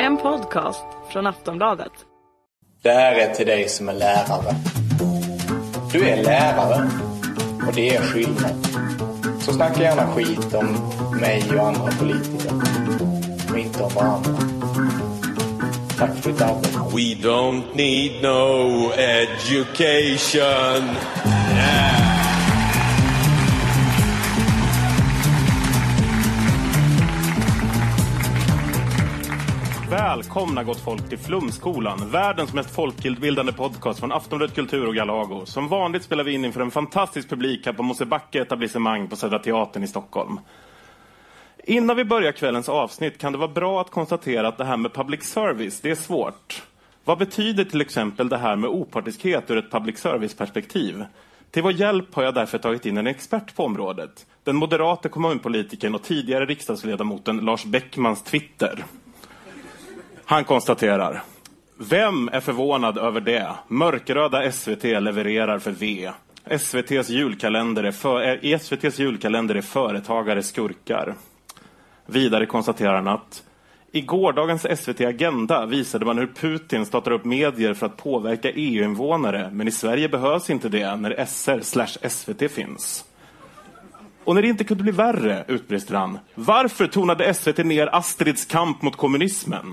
En podcast från Aftonbladet. Det här är till dig som är lärare. Du är lärare och det är skillnad. Så snacka gärna skit om mig och andra politiker. Och inte om varandra. Tack för ditt arbete. We don't need no education. Yeah. Välkomna gott folk till Flumskolan, världens mest folkbildande podcast från Aftonbladet Kultur och Galago. Som vanligt spelar vi in inför en fantastisk publik här på Mosebacke etablissemang på Södra Teatern i Stockholm. Innan vi börjar kvällens avsnitt kan det vara bra att konstatera att det här med public service, det är svårt. Vad betyder till exempel det här med opartiskhet ur ett public service-perspektiv? Till vår hjälp har jag därför tagit in en expert på området. Den moderata kommunpolitikern och tidigare riksdagsledamoten Lars Beckmans Twitter. Han konstaterar: vem är förvånad över det? Mörkröda SVT levererar för V. I SVT:s julkalender är företagare skurkar. Vidare konstaterar han att i gårdagens SVT-agenda visade man hur Putin startar upp medier för att påverka EU-invånare, men i Sverige behövs inte det när SR/SVT finns. Och när det inte kunde bli värre, utbrister han: varför tonade SVT ner Astrids kamp mot kommunismen?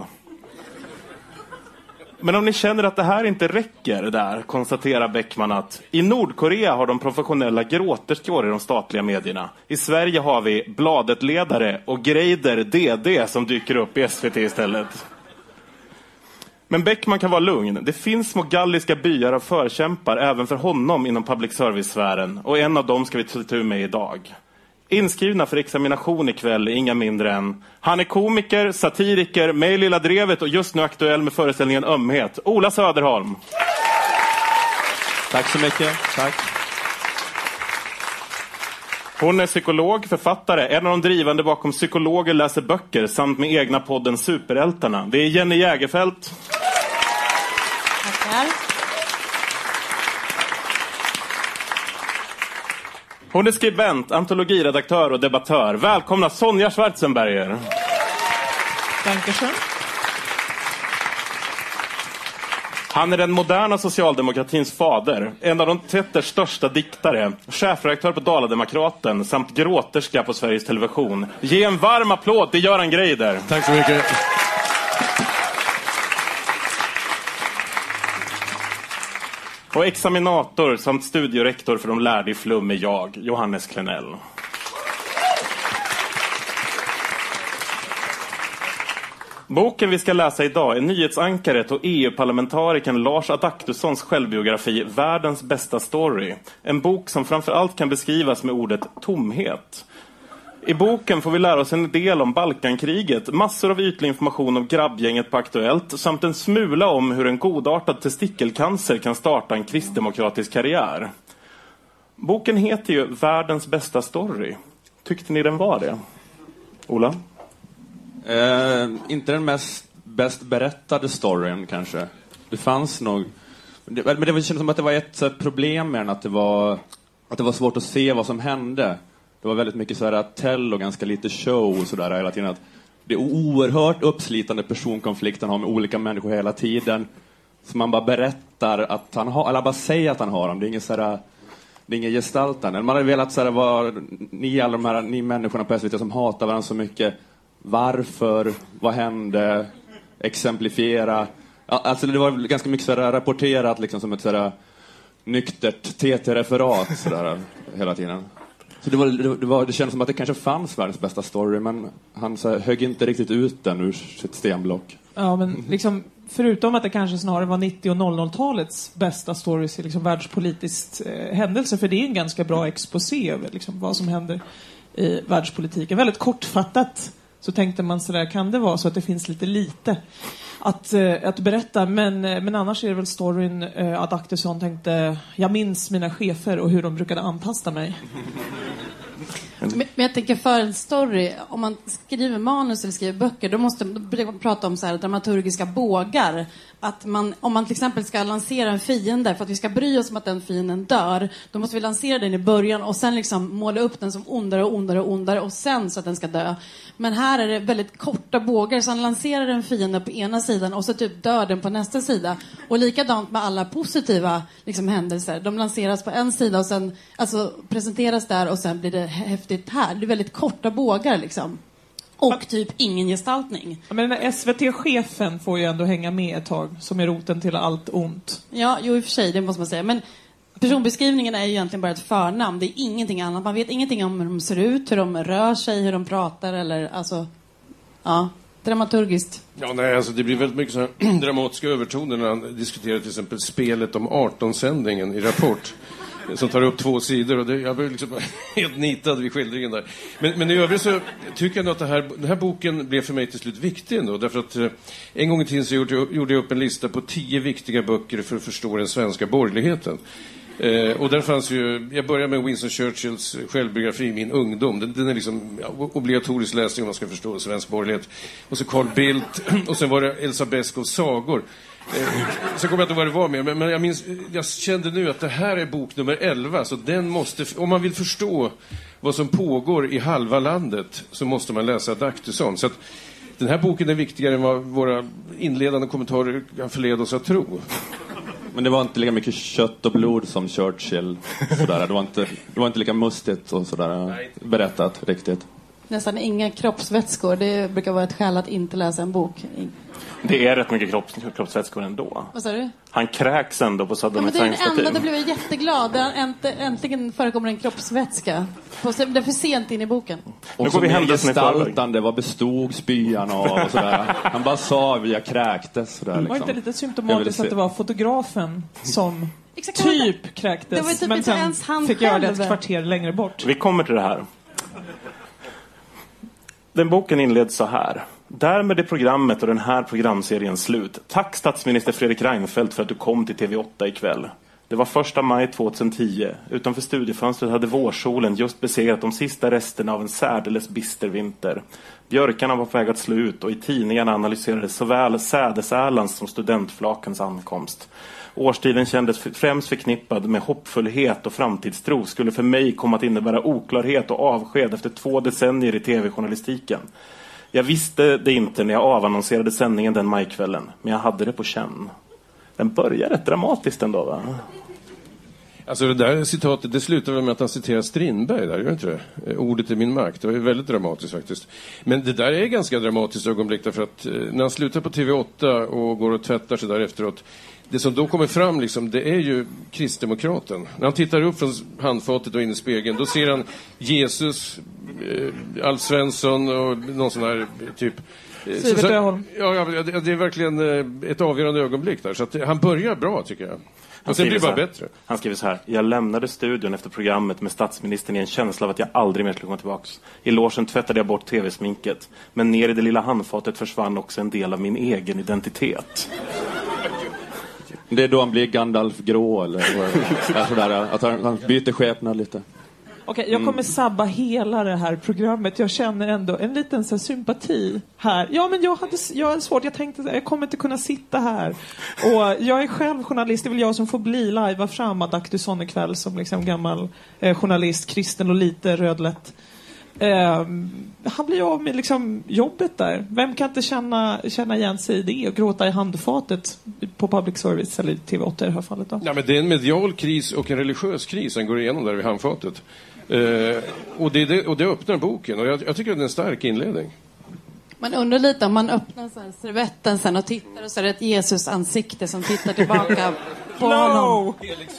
Men om ni känner att det här inte räcker där, konstaterar Beckman att i Nordkorea har de professionella gråterskor i de statliga medierna. I Sverige har vi Bladet-ledare och Greider DD som dyker upp i SVT istället. Men Beckman kan vara lugn. Det finns små galliska byar av förkämpar även för honom inom public service-sfären. Och en av dem ska vi ta tur med idag. Inskrivna för examination ikväll är inga mindre än: han är komiker, satiriker, med i Lilla Drevet och just nu aktuell med föreställningen Ömhet. Ola Söderholm. Tack så mycket. Tack. Hon är psykolog, författare, en av de drivande bakom Psykologer läser böcker samt med egna podden Superältarna. Det är Jenny Jägerfelt. Tackar. Hon är skribent, antologiredaktör och debattör. Välkomna Sonja Schwarzenberger. Tackar. Han är den moderna socialdemokratins fader, en av de Tetters största diktare, chefredaktör på Dalademokraten samt gråterska på Sveriges Television. Ge en varm applåd till Göran Greider. Tack så mycket. Och examinator samt studierektor för de lärde i Flum är jag, Johannes Klenell. Boken vi ska läsa idag är nyhetsankaret och EU-parlamentarikern Lars Adaktussons självbiografi Världens bästa story. En bok som framförallt kan beskrivas med ordet tomhet. I boken får vi lära oss en del om Balkankriget, massor av ytlig information om grabbgänget på Aktuellt samt en smula om hur en godartad testikelcancer kan starta en kristdemokratisk karriär. Boken heter ju Världens bästa story. Tyckte ni den var det? Ola? Inte den bäst berättade storyn kanske. Det fanns nog... Men det kändes som att det var ett problem med den, att det var svårt att se vad som hände. Det var väldigt mycket så här tell och ganska lite show och sådär hela tiden. Att det är oerhört uppslitande personkonflikten har med olika människor hela tiden. Så man bara berättar att han har, eller bara säger att han har dem. Det är inget sådär, det är ingen gestaltande. Man hade velat sådär vara ni människorna på SVT som hatar varandra så mycket. Varför? Vad hände? Exemplifiera. Alltså det var ganska mycket sådär rapporterat liksom som ett sådär nyktert TT-referat sådär hela tiden. Så det kändes som att det kanske fanns världens bästa story, men han så här, högg inte riktigt ut den ur sitt stenblock. Ja, men liksom, förutom att det kanske snarare var 90- och 00-talets bästa stories i liksom världspolitiskt händelse, för det är en ganska bra exposé över liksom, vad som händer i världspolitiken. Väldigt kortfattat så tänkte man sådär, kan det vara så att det finns lite att berätta, men annars är det väl storyn att Aktuson tänkte, jag minns mina chefer och hur de brukade anpassa mig. Men jag tänker för en story, om man skriver manus eller skriver böcker, då måste man prata om så här dramaturgiska bågar. Att om man till exempel ska lansera en fiende, för att vi ska bry oss om att den fienden dör, då måste vi lansera den i början och sen liksom måla upp den som ondare och ondare och ondare och sen så att den ska dö. Men här är det väldigt korta bågar, så han lanserar en fiende på ena sidan och så typ dör den på nästa sida. Och likadant med alla positiva liksom, händelser. De lanseras på en sida och sen alltså, presenteras där och sen blir det häftigt här. Det är väldigt korta bågar liksom. Och typ ingen gestaltning. Ja, men den här SVT-chefen får ju ändå hänga med ett tag, som är roten till allt ont. Ja, jo i och för sig, det måste man säga. Men personbeskrivningen är ju egentligen bara ett förnamn. Det är ingenting annat. Man vet ingenting om hur de ser ut, hur de rör sig, hur de pratar eller alltså, ja, dramaturgiskt. Ja, nej, alltså det blir väldigt mycket så här dramatiska övertoner när han diskuterar till exempel spelet om 18-sändningen i Rapport. Som tar upp 2 sidor och jag blev liksom helt nitad vid skildringen där. Men i övrigt så tycker jag nog att den här boken blev för mig till slut viktig ändå. Därför att en gång i tiden så gjorde jag upp en lista på 10 viktiga böcker för att förstå den svenska borgerligheten. Och där fanns ju, jag började med Winston Churchills självbiografi Min ungdom. Den är liksom obligatorisk läsning om man ska förstå svensk borgerlighet. Och så Carl Bildt och sen var det Elsa Beskows sagor. Så kommer jag inte vad det var med, men jag kände nu att det här är bok nummer 11, så den måste, om man vill förstå vad som pågår i halva landet så måste man läsa Adaktusson. Så att den här boken är viktigare än vad våra inledande kommentarer kan förleda oss att tro. Men det var inte lika mycket kött och blod som Churchill sådär. Det var inte lika mustigt och sådär berättat riktigt. Nästan inga kroppsvätskor. Det brukar vara ett skäl att inte läsa en bok. Det är rätt mycket kroppsvätskor ändå. Vad sa du? Han kräks ändå på Saddam Husseins Husseins staty. Det är det enda, då blev jag jätteglad. Äntligen förekommer en kroppsvätska. Det är för sent in i boken. Och så med gestaltande, vad bestod spyan av och sådär. Han bara sa via kräktes sådär liksom. Var inte lite symptomatiskt att det var fotografen som exakt, typ kräktes, det var typ men inte sen ens han fick göra det själv. ett kvarter längre bort. Vi kommer till det här. Den boken inleds så här. Därmed är programmet och den här programserien slut. Tack statsminister Fredrik Reinfeldt för att du kom till TV8 ikväll. Det var 1 maj 2010. Utanför studiefönstret hade vårsolen just besegrat de sista resterna av en särdeles bister vinter. Björkarna var på väg att slå ut och i tidningarna analyserades såväl sädesärlans som studentflakens ankomst. Årstiden kändes främst förknippad med hoppfullhet och framtidstro skulle för mig komma att innebära oklarhet och avsked efter 2 decennier i tv-journalistiken. Jag visste det inte när jag avannonserade sändningen den majkvällen, men jag hade det på känn. Den börjar rätt dramatiskt ändå, va? Alltså det där citatet, det slutar väl med att han citerar Strindberg där, gör inte det? Ordet är min makt, det var ju väldigt dramatiskt faktiskt. Men det där är ganska dramatiskt ögonblick därför att när han slutar på TV8 och går och tvättar sig där efteråt, det som då kommer fram liksom, det är ju kristdemokraten. När han tittar upp från handfatet och in i spegeln, då ser han Jesus, Alf Svensson och någon sån här typ... Sivert Öholm. Ja, det är verkligen ett avgörande ögonblick där. Så att han börjar bra, tycker jag. Och sen blir det bara bättre. Han skriver så här. Jag lämnade studion efter programmet med statsministern i en känsla av att jag aldrig mer skulle komma tillbaka. I logen tvättade jag bort tv-sminket. Men ner i det lilla handfatet försvann också en del av min egen identitet. Det är då han blir Gandalf grå eller sådär, att han byter skepnad lite. Okej, jag kommer sabba hela det här programmet. Jag känner ändå en liten så här, sympati här. Ja, men jag hade svårt. Jag tänkte att jag kommer inte kunna sitta här. Och jag är själv journalist. Det är väl jag som får bli lajva fram Adaktusson ikväll som liksom gammal journalist, kristen och lite rödlätt. Han blir av med liksom jobbet där. Vem kan inte känna igen sig i det och gråta i handfatet på public service eller TV8 i det här fallet då? Ja, men det är en medial kris och en religiös kris han går igenom där vid handfatet. Och det öppnar boken och jag tycker att det är en stark inledning. Man undrar lite om man öppnar så här servetten sen och tittar och så är det ett Jesus-ansikte som tittar tillbaka på honom.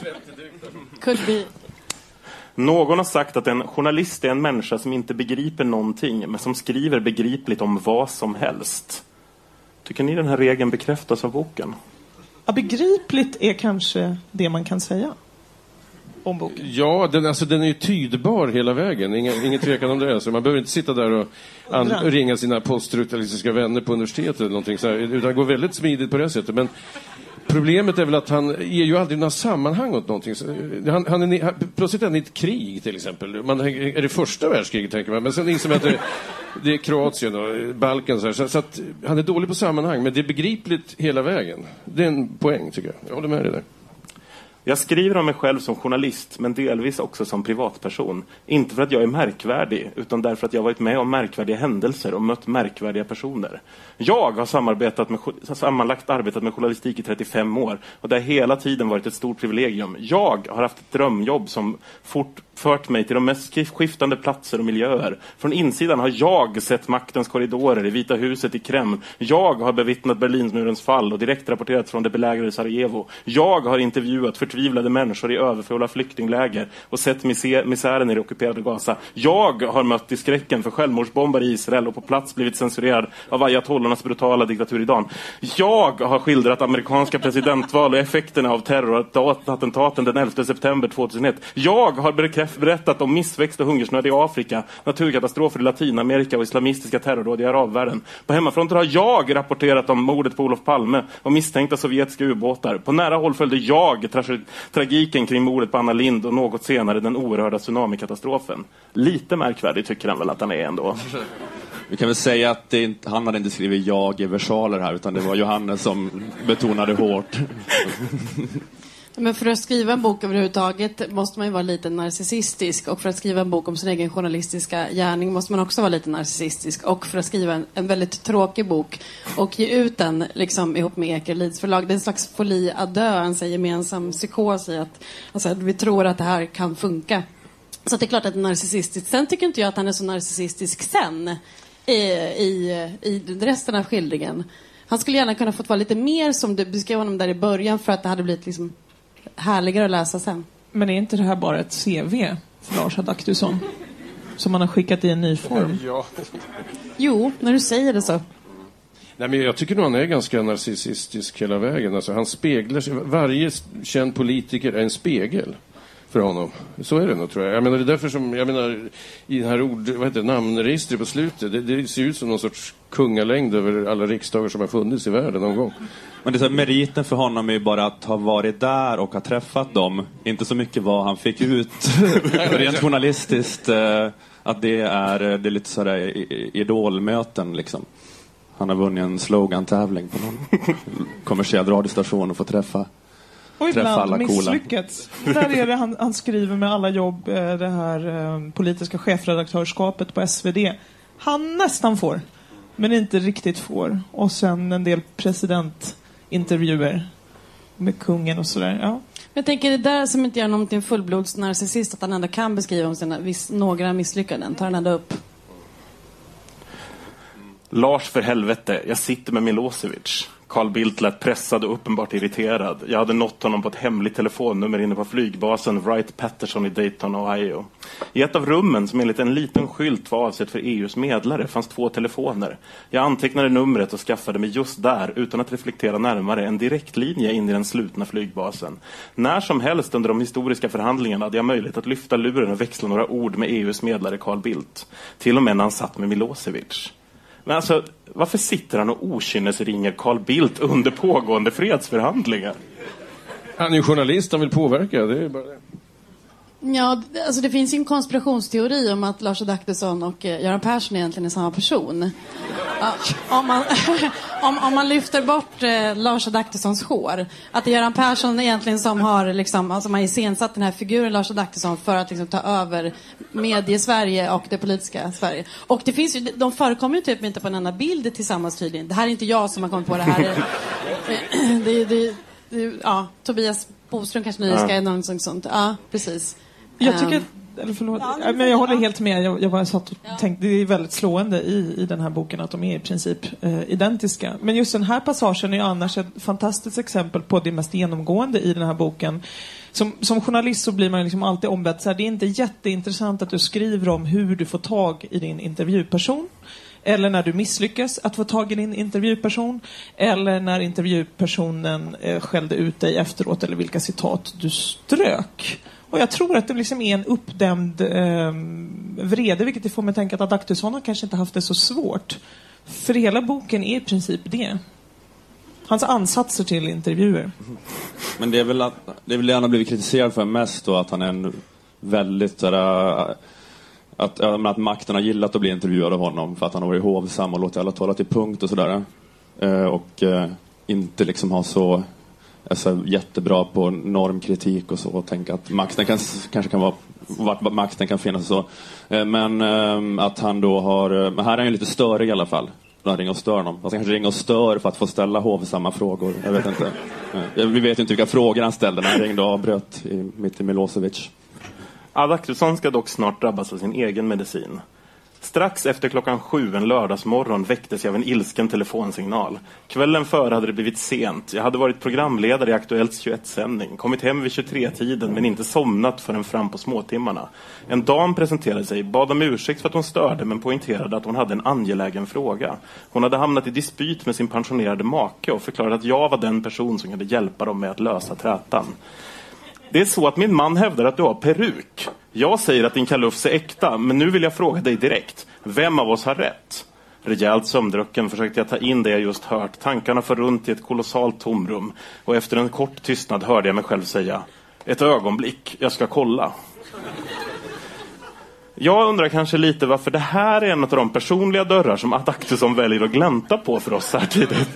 Could be. Någon har sagt att en journalist är en människa som inte begriper någonting men som skriver begripligt om vad som helst. Tycker ni den här regeln bekräftas av boken? Ja, begripligt är kanske det man kan säga om boken. Ja, den är ju tydbar hela vägen. Ingen tvekan om det. Så man behöver inte sitta där och ringa sina poststrukturalistiska vänner på universitetet eller någonting så här, utan det går väldigt smidigt på det sättet. Men Problemet är väl att han ger ju aldrig några sammanhang åt någonting. Plötsligt är han i ett krig till exempel. Är det första världskriget tänker man. Men sen inser man att det är Kroatien och Balkan. Så att han är dålig på sammanhang. Men det är begripligt hela vägen. Det är en poäng tycker jag. Jag håller med dig där. Jag skriver om mig själv som journalist, men delvis också som privatperson. Inte för att jag är märkvärdig, utan därför att jag varit med om märkvärdiga händelser och mött märkvärdiga personer. Jag har sammanlagt arbetat med journalistik i 35 år, och det har hela tiden varit ett stort privilegium. Jag har haft ett drömjobb som fört mig till de mest skiftande platser och miljöer. Från insidan har jag sett maktens korridorer i Vita huset i Kreml. Jag har bevittnat Berlinmurens fall och direkt rapporterat från det belägrade Sarajevo. Jag har intervjuat förtvivlade människor i överfulla flyktingläger och sett misären i det ockuperade Gaza. Jag har mött i skräcken för självmordsbombare i Israel och på plats blivit censurerad av ayatollernas brutala diktatur i Iran. Jag har skildrat amerikanska presidentval och effekterna av terrorattentaten den 11 september 2001. Jag har berättat om missväxt och hungersnöd i Afrika, naturkatastrofer i Latinamerika och islamistiska terrordåd i arabvärlden. På hemmafronten har jag rapporterat om mordet på Olof Palme och misstänkta sovjetiska ubåtar. På nära håll följde jag tragiken kring mordet på Anna Lindh och något senare den oerhörda tsunamikatastrofen. Lite märkvärdig tycker han väl att han är ändå. Vi kan väl säga att han hade inte skrivit jag i versaler här, utan det var Johannes som betonade hårt. Men för att skriva en bok överhuvudtaget måste man ju vara lite narcissistisk. Och för att skriva en bok om sin egen journalistiska gärning måste man också vara lite narcissistisk. Och för att skriva en väldigt tråkig bok och ge ut den liksom ihop med Ekerlids förlag. Det är en slags folie à deux, en gemensam psykos i att alltså, vi tror att det här kan funka. Så att det är klart att det är narcissistiskt. Sen tycker inte jag att han är så narcissistisk sen i resten av skildringen. Han skulle gärna kunna fått vara lite mer som du beskrev honom där i början, för att det hade blivit liksom härligare att läsa sen. Men är inte det här bara ett CV för Lars Adaktusson som man har skickat i en ny form? Ja. Jo, när du säger det så. Nej, men jag tycker nog han är ganska narcissistisk hela vägen. Alltså, han speglar sig. Varje känd politiker är en spegel för honom. Så är det nog, tror jag. Jag menar, det är därför som, i den här namnregistret på slutet, det ser ut som någon sorts kungalängd över alla riksdagar som har funnits i världen någon gång. Men det är så, meriten för honom är ju bara att ha varit där och ha träffat dem. Inte så mycket vad han fick ut rent journalistiskt. Att det är lite sådär idolmöten liksom. Han har vunnit en slogan-tävling på någon kommersiell radiostation och får träffa och ibland alla misslyckats. Där är det han skriver med alla jobb, det här politiska chefredaktörskapet på SvD. Han nästan får, men inte riktigt får. Och sen en del presidentintervjuer med kungen och sådär. Ja. Jag tänker det där som inte gör någonting fullblods narcissist, att han ändå kan beskriva om sina några misslyckanden. Tar han ändå upp. Lars, för helvete, jag sitter med Milosevic. Carl Bildt lät pressad och uppenbart irriterad. Jag hade nått honom på ett hemligt telefonnummer inne på flygbasen Wright-Patterson i Dayton, Ohio. I ett av rummen, som enligt en liten skylt var avsett för EUs medlare, fanns 2 telefoner. Jag antecknade numret och skaffade mig just där, utan att reflektera närmare, en direktlinje in i den slutna flygbasen. När som helst under de historiska förhandlingarna hade jag möjlighet att lyfta luren och växla några ord med EUs medlare Carl Bildt. Till och med när han satt med Milosevic. Men alltså, varför sitter han och okynnesringer Carl Bildt under pågående fredsförhandlingar? Han är ju journalist, han vill påverka, det är bara det. Ja, alltså det finns ju en konspirationsteori om att Lars Adaktusson och Göran Persson egentligen är samma person. Om man lyfter bort Lars Adaktussons hår, att det är Göran Persson egentligen som har liksom, alltså man har iscensatt den här figuren Lars Adaktusson för att liksom ta över medie-Sverige och det politiska Sverige. Och det finns ju, de förekommer ju typ inte på en annan bild tillsammans tydligen. Det här är inte jag som har kommit på det här. Ja, Tobias Boström kanske ni ska någon sånt. Ja, precis. Jag tycker, eller förlåt, men jag håller helt med. Jag bara satt och tänkte, det är väldigt slående i den här boken att de är i princip identiska. Men just den här passagen är ju annars ett fantastiskt exempel på det mest genomgående i den här boken. Som journalist så blir man liksom alltid ombedd så här, det är inte jätteintressant att du skriver om hur du får tag i din intervjuperson. Eller när du misslyckas att få tag i din intervjuperson. Eller när intervjupersonen skällde ut dig efteråt. Eller vilka citat du strök. Och jag tror att det liksom är en uppdämd vrede. Vilket får mig att tänka att Adaktusson har kanske inte haft det så svårt. För hela boken är i princip det. Hans ansatser till intervjuer. Men det är väl det han har blivit kritiserad för mest då, att han är en väldigt att makten har gillat att bli intervjuad av honom för att han har varit hovsam och låtit alla tala till punkt och sådär. Och inte liksom ha så jättebra på normkritik och så, och tänka att makten kanske kan vara vart makten kan finnas och så. Men att han då har, men här är han ju lite störig i alla fall. Då han ringer och stör honom. Han kanske ringer och stör för att få ställa hovsamma frågor. Jag vet inte. Vi vet inte vilka frågor han ställde när han ringde och avbröt mitt i Milosevic. Adaktusson ska dock snart drabbas av sin egen medicin. Strax efter 7:00 en lördagsmorgon väcktes jag av en ilsken telefonsignal. Kvällen före hade det blivit sent. Jag hade varit programledare i Aktuellts 21-sändning. Kommit hem vid 23-tiden men inte somnat förrän fram på småtimmarna. En dam presenterade sig, bad om ursäkt för att hon störde men poängterade att hon hade en angelägen fråga. Hon hade hamnat i dispyt med sin pensionerade make och förklarade att jag var den person som kunde hjälpa dem med att lösa trätan. Det är så att min man hävdar att du har peruk. Jag säger att din kalufs är äkta, men nu vill jag fråga dig direkt. Vem av oss har rätt? Rejält sömndrucken försökte jag ta in det jag just hört. Tankarna för runt i ett kolossalt tomrum. Och efter en kort tystnad hörde jag mig själv säga: ett ögonblick, jag ska kolla. Jag undrar kanske lite varför det här är en av de personliga dörrar som Adaktusson väljer att glänta på för oss här tidigt.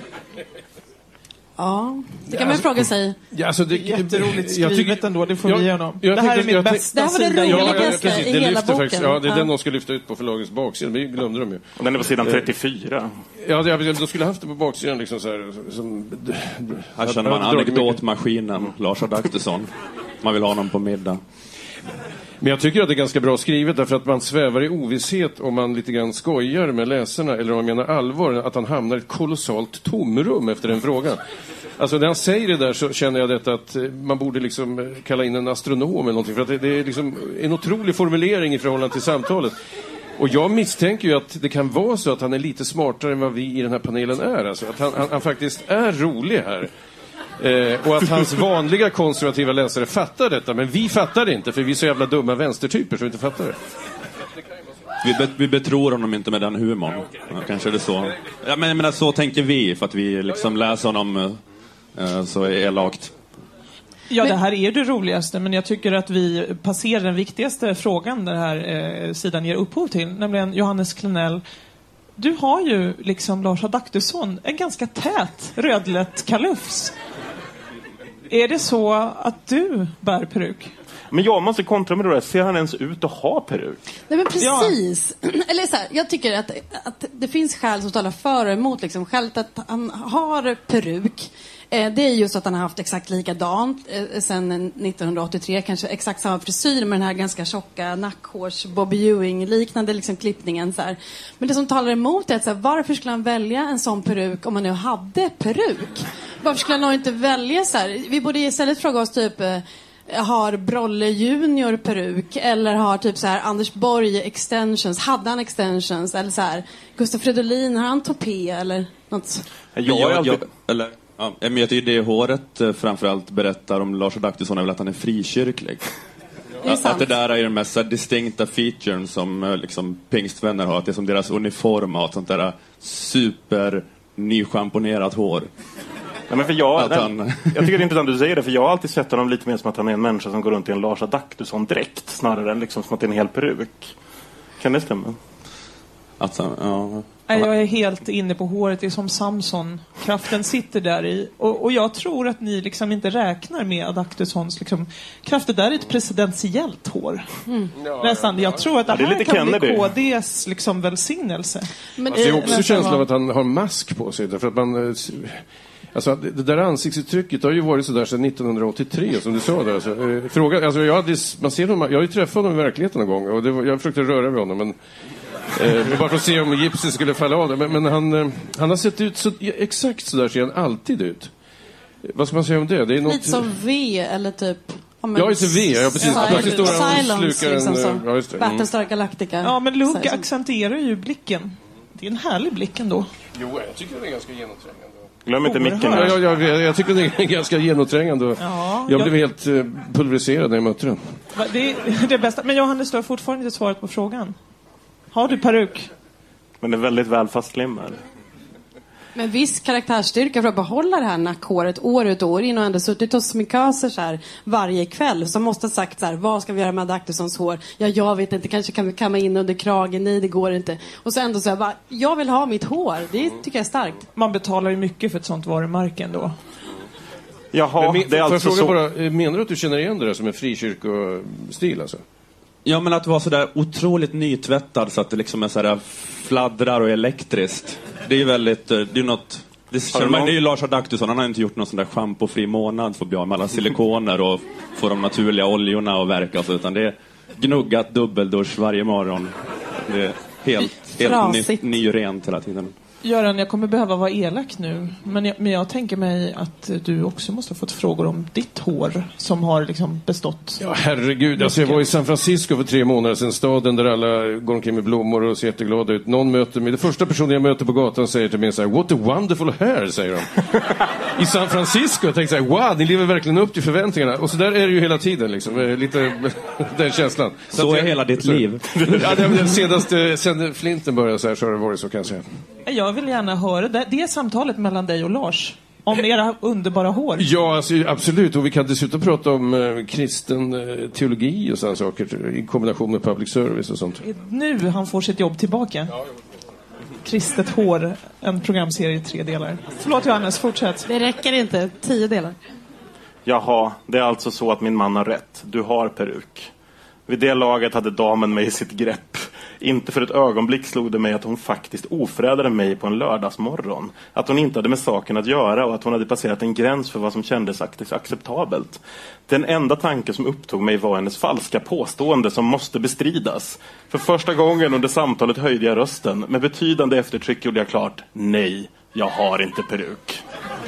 Ja, det kan man fråga sig. Ja, alltså det jätteroligt skrivet ändå, det får vi igenom. Det här är min bästa sida. Det här var det roligaste i hela boken. Faktiskt, det är den de ska lyfta ut på förlagets baksida. Vi glömde dem ju. Och den är på sidan 34. Ja, då skulle haft det på baksidan liksom så här. Här känner man anekdotmaskinen, Lars Adaktusson. Man vill ha honom på middag. Men jag tycker att det är ganska bra skrivet därför att man svävar i ovisshet om man lite grann skojar med läsarna eller om man menar allvar att han hamnar i ett kolossalt tomrum efter den frågan. Alltså när han säger det där så känner jag detta att man borde liksom kalla in en astronom eller någonting för att det är liksom en otrolig formulering i förhållande till samtalet. Och jag misstänker ju att det kan vara så att han är lite smartare än vad vi i den här panelen är. Alltså att han faktiskt är rolig här. Och att hans vanliga konservativa läsare fattar detta. Men vi fattar det inte, för vi är så jävla dumma vänstertyper som inte fattar det. Vi betror honom inte med den humorn. Ja, kanske är det så. Ja, men jag menar, så tänker vi, för att vi liksom läser honom så elakt. Ja, det här är det roligaste, men jag tycker att vi passerar den viktigaste frågan den här sidan ger upphov till, nämligen Johannes Klenell. Du har ju, liksom Lars Adaktusson, en ganska tät rödlätt kalufs. Är det så att du bär peruk? Men jag måste kontra med det där. Ser han ens ut att ha peruk? Nej, men precis. Ja. Eller så här, jag tycker att det finns skäl som talar för och emot. Liksom. Skälet att han har peruk, det är just att han har haft exakt likadant sedan 1983. Kanske exakt samma frisyr med den här ganska tjocka nackhårs Bobby Ewing-liknande liksom, klippningen. Så här. Men det som talar emot är att så här, varför skulle han välja en sån peruk om han nu hade peruk? Varför skulle han nog inte välja så här? Vi borde istället fråga oss typ... har Brolle Junior peruk eller har typ så här Anders Borg extensions, hade han extensions eller så här Gustaf Fridolin, har han topé eller något? Men jag tycker det håret framförallt berättar om Lars Adaktusson är väl att han är frikyrklig. Att det där är den mest distinkta featuren som liksom pingstvänner har, att det är som deras uniform har ett sånt där super nyschamponerat hår. Ja, men för jag tycker det är intressant att du säger det, för jag har alltid sett honom lite mer som att han är en människa som går runt i en Lars Adaktusson-dräkt snarare än liksom som att det är en hel peruk. Kan det stämma? Ja. Jag är helt inne på håret, det är som Samson. Kraften sitter där i. Och jag tror att ni liksom inte räknar med Adaktussons liksom, kraften där är ett presidentiellt hår. Nästan. Jag tror att det här kan bli KDs liksom välsignelse. Men det är också känslan av att han har mask på sig, därför att man... Alltså, det där ansiktsuttrycket har ju varit så där sedan 1983 som du sa där. Alltså, jag har ju träffat honom i verkligheten någon gång och jag försökte röra vid honom, men bara för att se om gipsen skulle falla av det. Men han har sett ut så exakt så där ser han alltid ut. Vad ska man säga om det? Det är något... Lite som V eller typ... Ja, just det, V. Ja, precis. Silence, liksom så. Battlestar Galactica. Ja, men Lugg accenterar ju blicken. Det är en härlig blick ändå. Jo, jag tycker det är ganska genomträngande. Glöm inte micken här. Jag tycker det är ganska genomträngande. Ja, jag blev helt pulveriserad när jag mötte den. Det är det bästa. Men Johannes, du har fortfarande inte svarat på frågan. Har du peruk? Men det är väldigt väl fastlimmad. Men viss karaktärsstyrka för att behålla det här nackhåret år ut och år in och ändå suttit hos sminköser så här varje kväll som måste ha sagt så här, vad ska vi göra med Adaktussons hår? Ja, jag vet inte, kanske kan vi kamma in under kragen, nej det går inte. Och så ändå så här, jag vill ha mitt hår, det tycker jag är starkt. Man betalar ju mycket för ett sånt varumärke ändå. Jaha, det är alltså så... bara, menar du att du känner igen det där som en frikyrkostil alltså? Ja, men att vara sådär otroligt nytvättad så att det liksom är sådär fladdrar och elektriskt. Det är ju väldigt, det är något... Det är ju Lars Adaktusson, han har inte gjort någon sån där schampofri månad för att bli av med alla silikoner och få de naturliga oljorna att verka så, utan det är gnuggat dubbeldusch varje morgon. Det är helt nyrent hela tiden. Göran, jag kommer behöva vara elak nu, men jag tänker mig att du också måste ha fått frågor om ditt hår som har liksom bestått. Ja, herregud. Alltså, jag var i San Francisco för 3 månader sedan, staden där alla går omkring med blommor och ser jätteglada ut. Någon möter mig, det första personen jag möter på gatan säger till mig så här: "What a wonderful hair", säger de. I San Francisco, jag tänkte så här: "Wow, ni lever verkligen upp till förväntningarna." Och så där är det ju hela tiden liksom, lite den känslan. Så är hela ditt liv. Ja, det senaste sen Flinten började så här så har det varit så, kan jag säga. Jag vill gärna höra det samtalet mellan dig och Lars om era underbara hår. Ja, alltså, absolut. Och vi kan dessutom prata om kristen teologi och sådana saker i kombination med public service och sånt. Nu han får sitt jobb tillbaka. Kristet hår, en programserie i 3 delar. Förlåt Johannes, fortsätt. Det räcker inte, 10 delar. Jaha, det är alltså så att min man har rätt. Du har peruk. Vid det laget hade damen mig i sitt grepp. Inte för ett ögonblick slog det mig att hon faktiskt ofredade mig på en lördagsmorgon. Att hon inte hade med saken att göra och att hon hade passerat en gräns för vad som kändes acceptabelt. Den enda tanke som upptog mig var hennes falska påstående som måste bestridas. För första gången under samtalet höjde jag rösten. Med betydande eftertryck gjorde jag klart: nej, jag har inte peruk.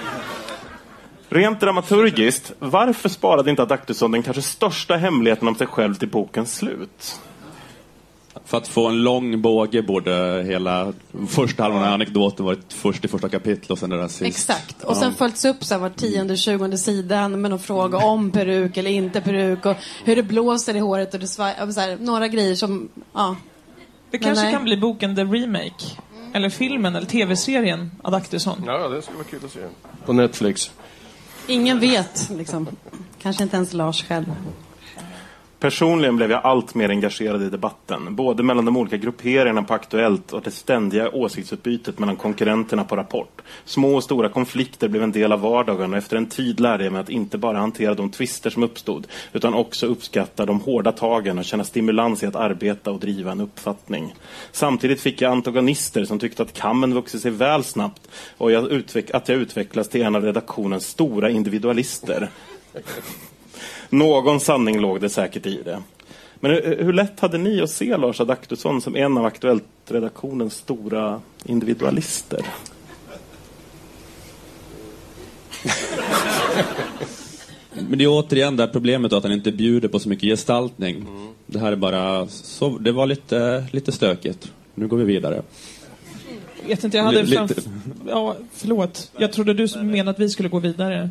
Rent dramaturgiskt, varför sparade inte Adaktusson den kanske största hemligheten om sig själv till bokens slut? För att få en lång båge borde hela första halvan av anekdoten varit först i första kapitlet och sen det där sist. Exakt, och sen följts upp så här var 10:e, 20:e sidan med någon fråga om peruk eller inte peruk och hur det blåser i håret och det så här, några grejer som, ja. Det kanske kan bli boken The Remake, eller filmen eller tv-serien Adaktusson. Ja, det skulle vara kul att se. På Netflix. Ingen vet, liksom. Kanske inte ens Lars själv. Personligen blev jag allt mer engagerad i debatten, både mellan de olika grupperingarna på Aktuellt och det ständiga åsiktsutbytet mellan konkurrenterna på Rapport. Små och stora konflikter blev en del av vardagen och efter en tid lärde jag mig att inte bara hantera de twister som uppstod, utan också uppskatta de hårda tagen och känna stimulans i att arbeta och driva en uppfattning. Samtidigt fick jag antagonister som tyckte att kammen vuxit sig väl snabbt och att jag utvecklas till en av redaktionens stora individualister. Någon sanning låg det säkert i det. Men hur lätt hade ni att se Lars Adaktusson som en av Aktuellt-redaktionens stora individualister? Men det är återigen det här problemet att han inte bjuder på så mycket gestaltning. Det här är bara så, det var lite stökigt. Nu går vi vidare. Jag vet inte, jag hade ja, förlåt. Jag trodde du menade att vi skulle gå vidare.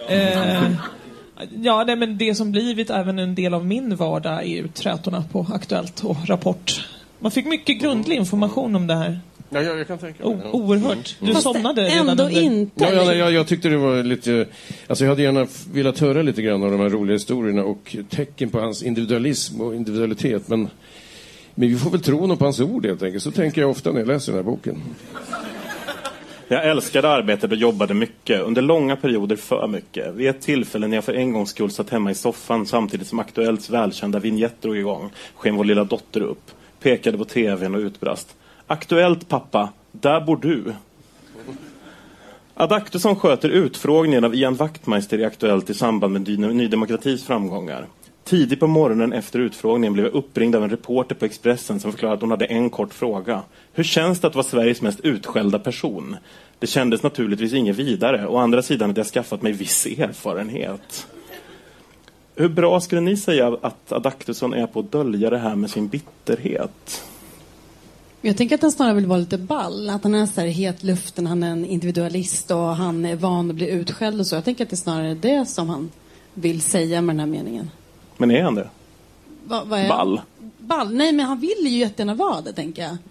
Ja, nej, men det som blivit även en del av min vardag är ju trätorna på Aktuellt och Rapport. Man fick mycket grundlig information om det här. Ja, jag kan tänka mig. Oerhört. Du fast somnade redan ändå under... inte. Jag tyckte det var lite... Alltså jag hade gärna velat höra lite grann av de här roliga historierna och tecken på hans individualism och individualitet. Men vi får väl tro honom på hans ord helt enkelt. Så tänker jag ofta när jag läser den här boken. Jag älskade arbetet och jobbade mycket, under långa perioder för mycket. Vid ett tillfälle när jag för en gångs skull satt hemma i soffan samtidigt som Aktuellts välkända vignett drog igång, sken vår lilla dotter upp, pekade på tvn och utbrast: "Aktuellt pappa, där bor du." Adaktusson sköter utfrågningen av Ian Wachtmeister i Aktuellt i samband med Ny Demokratis framgångar. Tidigt på morgonen efter utfrågningen blev jag uppringd av en reporter på Expressen som förklarade att hon hade en kort fråga. Hur känns det att vara Sveriges mest utskällda person? Det kändes naturligtvis inget vidare. Å andra sidan hade jag skaffat mig viss erfarenhet. Hur bra skulle ni säga att Adaktusson är på att dölja det här med sin bitterhet? Jag tänker att han snarare vill vara lite ball. Att han är så här het luften, han är en individualist och han är van att bli utskälld och så. Jag tänker att det är snarare det som han vill säga med den här meningen. Men är han det? Vad är Ball? Ball? Nej, men han vill ju jättegärna vara det, tänker jag.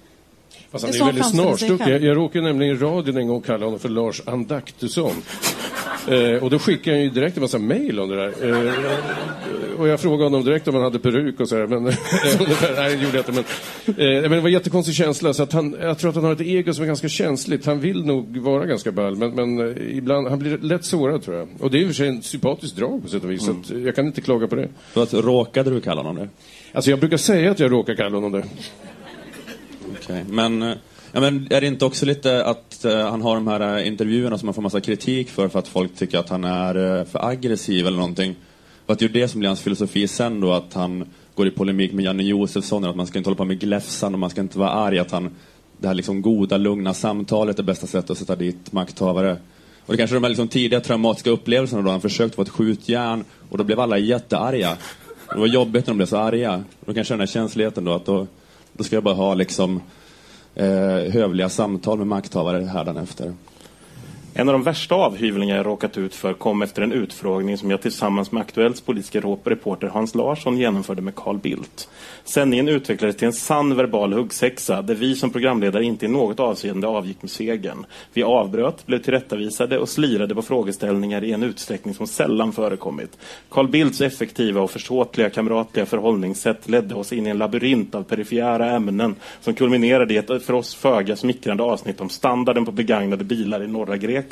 Fast han är väldigt snarstucken. Jag råkade nämligen i radion en gång kalla honom för Lars Andaktusson. Och då skickade han ju direkt en massa mejl om det där. Och jag frågade honom direkt om han hade peruk och så här. Men nej, det gjorde jag inte. Men det var en jättekonstig känsla. Så att jag tror att han har ett ego som är ganska känsligt. Han vill nog vara ganska ball. Men ibland, han blir lätt sårad, tror jag. Och det är ju för sig en sympatisk drag på sätt och vis. Så att jag kan inte klaga på det. Så att, råkade du kalla honom det? Alltså jag brukar säga att jag råkar kalla honom det. Okej, men är det inte också lite att han har de här intervjuerna som man får massa kritik för att folk tycker att han är för aggressiv eller någonting? För att det är ju det som blir hans filosofi sen då, att han går i polemik med Janne Josefsson, att man ska inte hålla på med gläfsan och man ska inte vara arg, att det här liksom goda, lugna samtalet är bästa sättet att sätta dit makthavare. Och det kanske de här liksom tidiga traumatiska upplevelserna då han försökte få ett skjutjärn och då blev alla jättearga. Det var jobbigt när de blev så arga. Då kanske den här känsligheten då, att då ska jag bara ha liksom hövliga samtal med makthavare härdanefter. En av de värsta avhyvlingar jag råkat ut för kom efter en utfrågning som jag tillsammans med Aktuellts politiska reporter Hans Larsson genomförde med Carl Bildt. Sändningen utvecklades till en sann verbal huggsexa där vi som programledare inte i något avseende avgick med segern. Vi avbröt, blev tillrättavisade och slirade på frågeställningar i en utsträckning som sällan förekommit. Carl Bildts effektiva och försåtliga kamratliga förhållningssätt ledde oss in i en labyrint av perifera ämnen som kulminerade i ett för oss föga smickrande avsnitt om standarden på begagnade bilar i norra Grekland.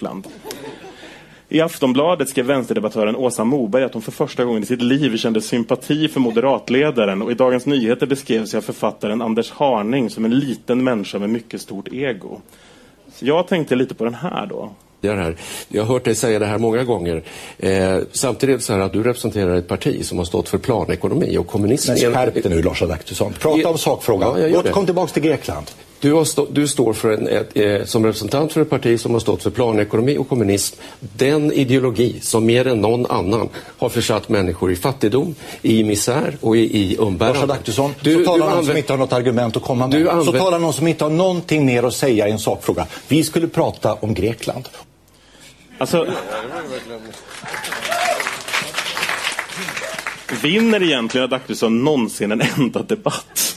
I Aftonbladet skrev vänsterdebattören Åsa Moberg att hon för första gången i sitt liv kände sympati för moderatledaren, och i Dagens Nyheter beskrevs jag författaren Anders Harning som en liten människa med mycket stort ego. Så jag tänkte lite på den här då. Jag har hört dig säga det här många gånger. Samtidigt så här att du representerar ett parti som har stått för planekonomi och kommunism. Men skärp dig nu, Lars Adaktusson. Prata om sakfrågan. Ja, kom tillbaka till Grekland. Du står för som representant för ett parti som har stått för planekonomi och kommunism. Den ideologi som mer än någon annan har försatt människor i fattigdom, i misär och i umbärande. Lars Adaktusson, så talar någon som inte har något argument att komma med. Så talar någon som inte har någonting mer att säga i en sakfråga. Vi skulle prata om Grekland. Alltså, vinner egentligen Adaktusson någonsin en enda debatt?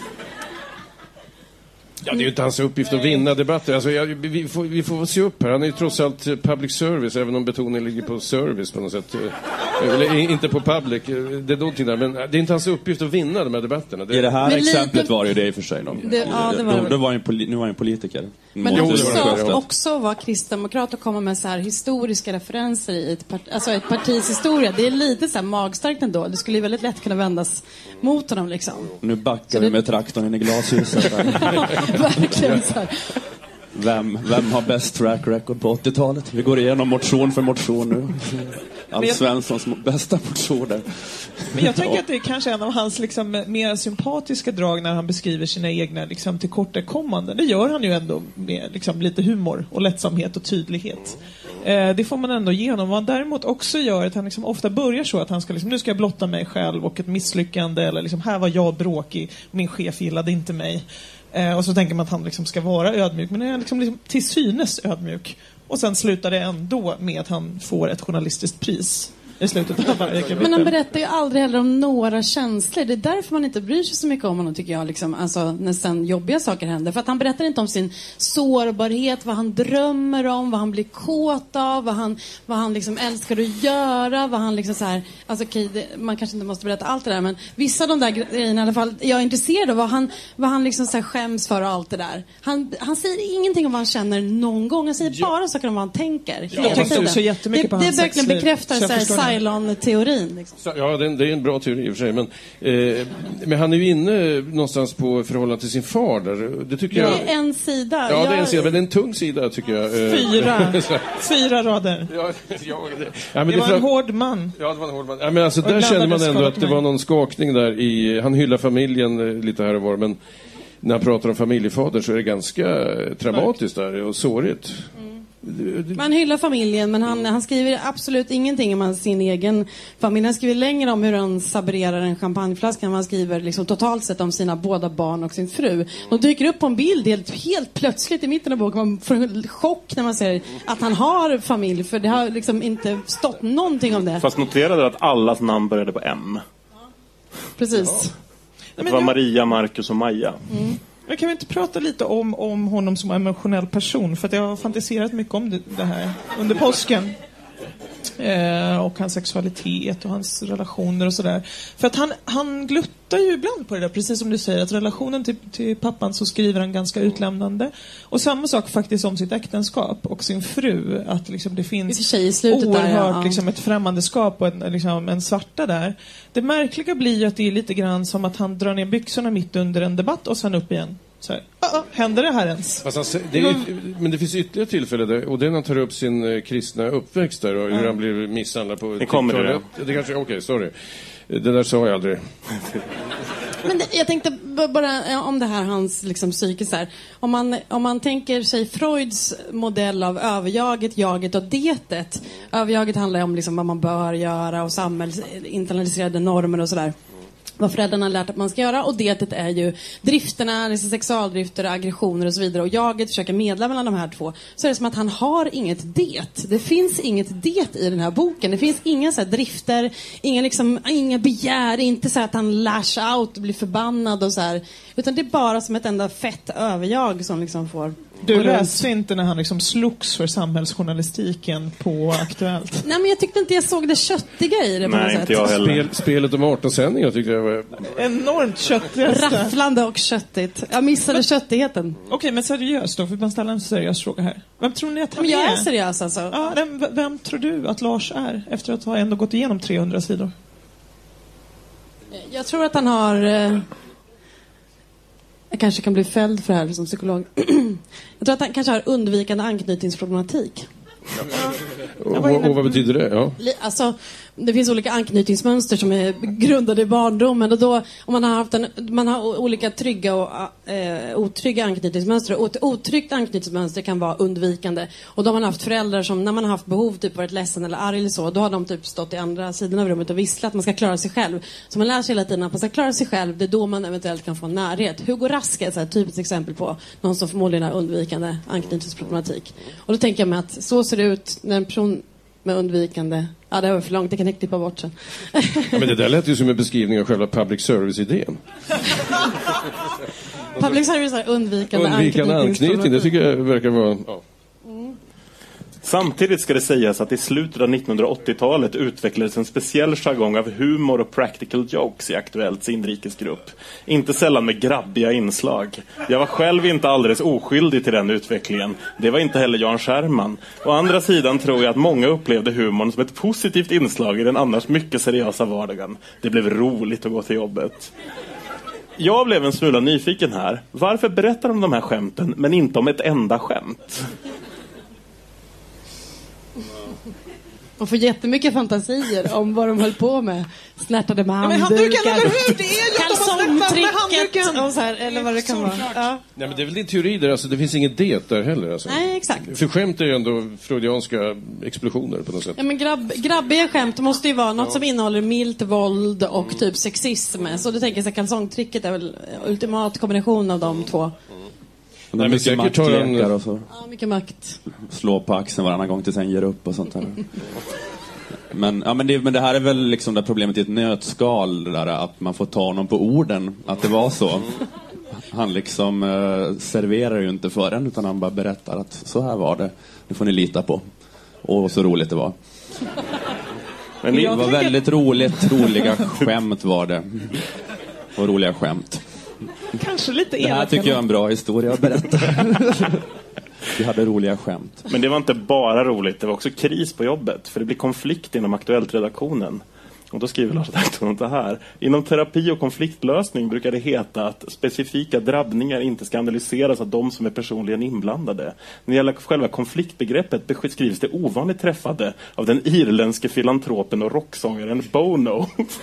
Ja, det är ju inte hans uppgift att vinna debatter. Alltså, vi får se upp här. Han är ju trots allt public service, även om betoningen ligger på service på något sätt. Eller inte på public. Det är någonting där. Men det är inte hans uppgift att vinna de här debatterna. I det här exemplet var det ju det i och för sig. Nu var han en politiker. Men också vara kristdemokrat och komma med så här historiska referenser i ett partis historia. Det är lite så här magstarkt ändå. Det skulle ju väldigt lätt kunna vändas mot honom liksom. Nu backar vi med traktorn in i glashuset. Verkligen så här. Vem har bäst track record på 80-talet? Vi går igenom motion för motion nu. Alf Svenssons bästa motioner. Men jag tänker att det är kanske en av hans liksom mer sympatiska drag när han beskriver sina egna liksom tillkortakommanden. Det gör han ju ändå med liksom lite humor och lättsamhet och tydlighet. Det får man ändå ge honom. Vad han däremot också gör att han liksom ofta börjar så att han ska liksom, nu ska jag blotta mig själv och ett misslyckande, eller liksom, här var jag bråkig, min chef gillade inte mig. Och så tänker man att han liksom ska vara ödmjuk, men han är liksom till synes ödmjuk. Och sen slutar det ändå med att han får ett journalistiskt pris i slutet av varje kapitel. Men han berättar ju aldrig heller om några känslor. Det är därför man inte bryr sig så mycket om honom, tycker jag. Liksom. Alltså, när sen jobbiga saker händer. För att han berättar inte om sin sårbarhet, vad han drömmer om, vad han blir kåt av, vad han liksom älskar att göra, vad han liksom så här... Alltså, man kanske inte måste berätta allt det där, men vissa av de där grejerna i alla fall, jag är intresserad av vad han liksom så här skäms för och allt det där. Han säger ingenting om vad han känner någon gång. Han säger bara saker om vad han tänker. Jag tänkte också jättemycket på hans det verkligen bekräftar så här Cylon-teorin. Liksom. Ja, det är en bra teori i och för sig. Men han är ju inne någonstans på förhållande till sin far där. Det tycker jag... Det är en sida. Ja, det är en sida, men det är en tung sida tycker jag. 4 rader. Men det var en hård man. Ja, det var en hård man. Ja, men alltså, där känner man ändå att det var någon skakning där i... Han hyllar familjen lite här och var, men när han pratar om familjefader så är det ganska traumatiskt där och sårigt. Man hyllar familjen, men han skriver absolut ingenting om sin egen familj. Han skriver längre om hur han sabrerar en champagneflaska än han skriver liksom totalt sett om sina båda barn och sin fru. De dyker upp på en bild helt plötsligt i mitten av boken. Man får en chock när man ser att han har familj, för det har liksom inte stått någonting om det. Fast noterade att allas namn började på M. Precis. Det var Maria, Marcus och Maja. Men kan vi inte prata lite om honom som emotionell person? För att jag har fantiserat mycket om det här under påsken. Och hans sexualitet och hans relationer och sådär. För att han gluttar ju ibland på det där, precis som du säger, att relationen till pappan, så skriver han ganska utlämnande. Och samma sak faktiskt om sitt äktenskap och sin fru, att liksom det finns oerhört liksom ett främmandeskap och en svarta där. Det märkliga blir ju att det är lite grann som att han drar ner byxorna mitt under en debatt och sen upp igen. Så här, händer det här ens? Men det finns ytterligare tillfälle där, och den han tar upp sin kristna uppväxt där och hur han blir misshandlad på... Det kommer det kanske, okej, sorry. Det där sa jag aldrig. Men jag tänkte bara om det här, hans liksom psyke så här. Om man tänker sig Freuds modell av överjaget, jaget och detet. Överjaget handlar om liksom vad man bör göra och samhällsinternaliserade normer och sådär. Vad föräldrarna har lärt att man ska göra. Och detet är ju drifterna, liksom sexualdrifter, aggressioner och så vidare. Och jaget försöker medla mellan de här två. Så är det som att han har inget det. Det finns inget det i den här boken. Det finns inga så här drifter, inga begär. Inte så att han lash out och blir förbannad och så här. Utan det är bara som ett enda fett överjag som liksom får... Du läste inte när han liksom slogs för samhällsjournalistiken på Aktuellt? Nej, men jag tyckte inte jag såg det köttiga i det på något sätt. Inte jag heller. Spelet om 18-sändningar tyckte jag var... Enormt köttigt. Rafflande och köttigt. Jag missade köttigheten. Okej, men seriöst då, för man ställer en seriös fråga här. Vem tror ni att han är? Jag är seriös alltså. Ja, vem tror du att Lars är efter att ha ändå gått igenom 300 sidor? Jag tror att han har... Jag kanske kan bli fälld för det här som psykolog. Jag tror att han kanske har undvikande anknytningsproblematik. Och vad betyder det? Ja. Alltså, det finns olika anknytningsmönster som är grundade i barndomen. Och då, om man har olika trygga och otrygga anknytningsmönster. Och ett otryggt anknytningsmönster kan vara undvikande. Och då har man haft föräldrar som, när man har haft behov, typ varit ledsen eller arg eller så, då har de typ stått i andra sidan av rummet och visslat att man ska klara sig själv. Så man lär sig hela tiden att man ska klara sig själv. Det är då man eventuellt kan få närhet. Hugo Rask är ett så här typiskt exempel på någon som förmodligen har undvikande anknytningsproblematik. Och då tänker jag mig att så ser det ut när en person med undvikande... Ja, det var för långt. Det kan jag klippa bort sen. Ja, men det där lät ju som en beskrivning av själva public service-idén. Public service är undvikande anknytning. Det tycker jag verkar vara... Ja. Samtidigt ska det sägas att i slutet av 1980-talet utvecklades en speciell jargong av humor och practical jokes i Aktuellts inrikesgrupp. Inte sällan med grabbiga inslag. Jag var själv inte alldeles oskyldig till den utvecklingen. Det var inte heller Jan Scherman. Å andra sidan tror jag att många upplevde humorn som ett positivt inslag i den annars mycket seriösa vardagen. Det blev roligt att gå till jobbet. Jag blev en smula nyfiken här. Varför berättar de här skämten men inte om ett enda skämt? Och får jättemycket fantasier om vad de höll på med. Snärtade med handdukar. Kalsongtrycket. Och så här, eller vad det kan vara. Ja. Nej, men det är väl din teori där. Alltså, det finns ingen det där heller. Alltså. Nej, exakt. För skämt är ju ändå freudianska explosioner på något sätt. Ja, men grabbiga skämt måste ju vara något som innehåller milt våld och typ sexism. Så du tänker så kalsongtrycket är väl ultimat kombination av de två. Nej, mycket maktlekar och så. Ja, mycket makt. Slå på axeln varannan gång tills sen ger upp och sånt där. Men det här är väl liksom det problemet i ett nötskal, det där, att man får ta honom på orden, att det var så. Han liksom serverar ju inte för en, utan han bara berättar att så här var det. Det får ni lita på. Och så roligt det var. Men det var väldigt roliga skämt var det. Och roliga skämt. Kanske lite elaka. Det här tycker jag är en bra historia att berätta. Vi hade roliga skämt. Men det var inte bara roligt, det var också kris på jobbet. För det blir konflikt inom Aktuellt-redaktionen. Och då skriver Lars Adaktusson det här. Inom terapi och konfliktlösning brukar det heta att specifika drabbningar inte ska analyseras av de som är personligen inblandade. När det gäller själva konfliktbegreppet beskrivs det ovanligt träffade av den irländske filantropen och rocksångaren Bono.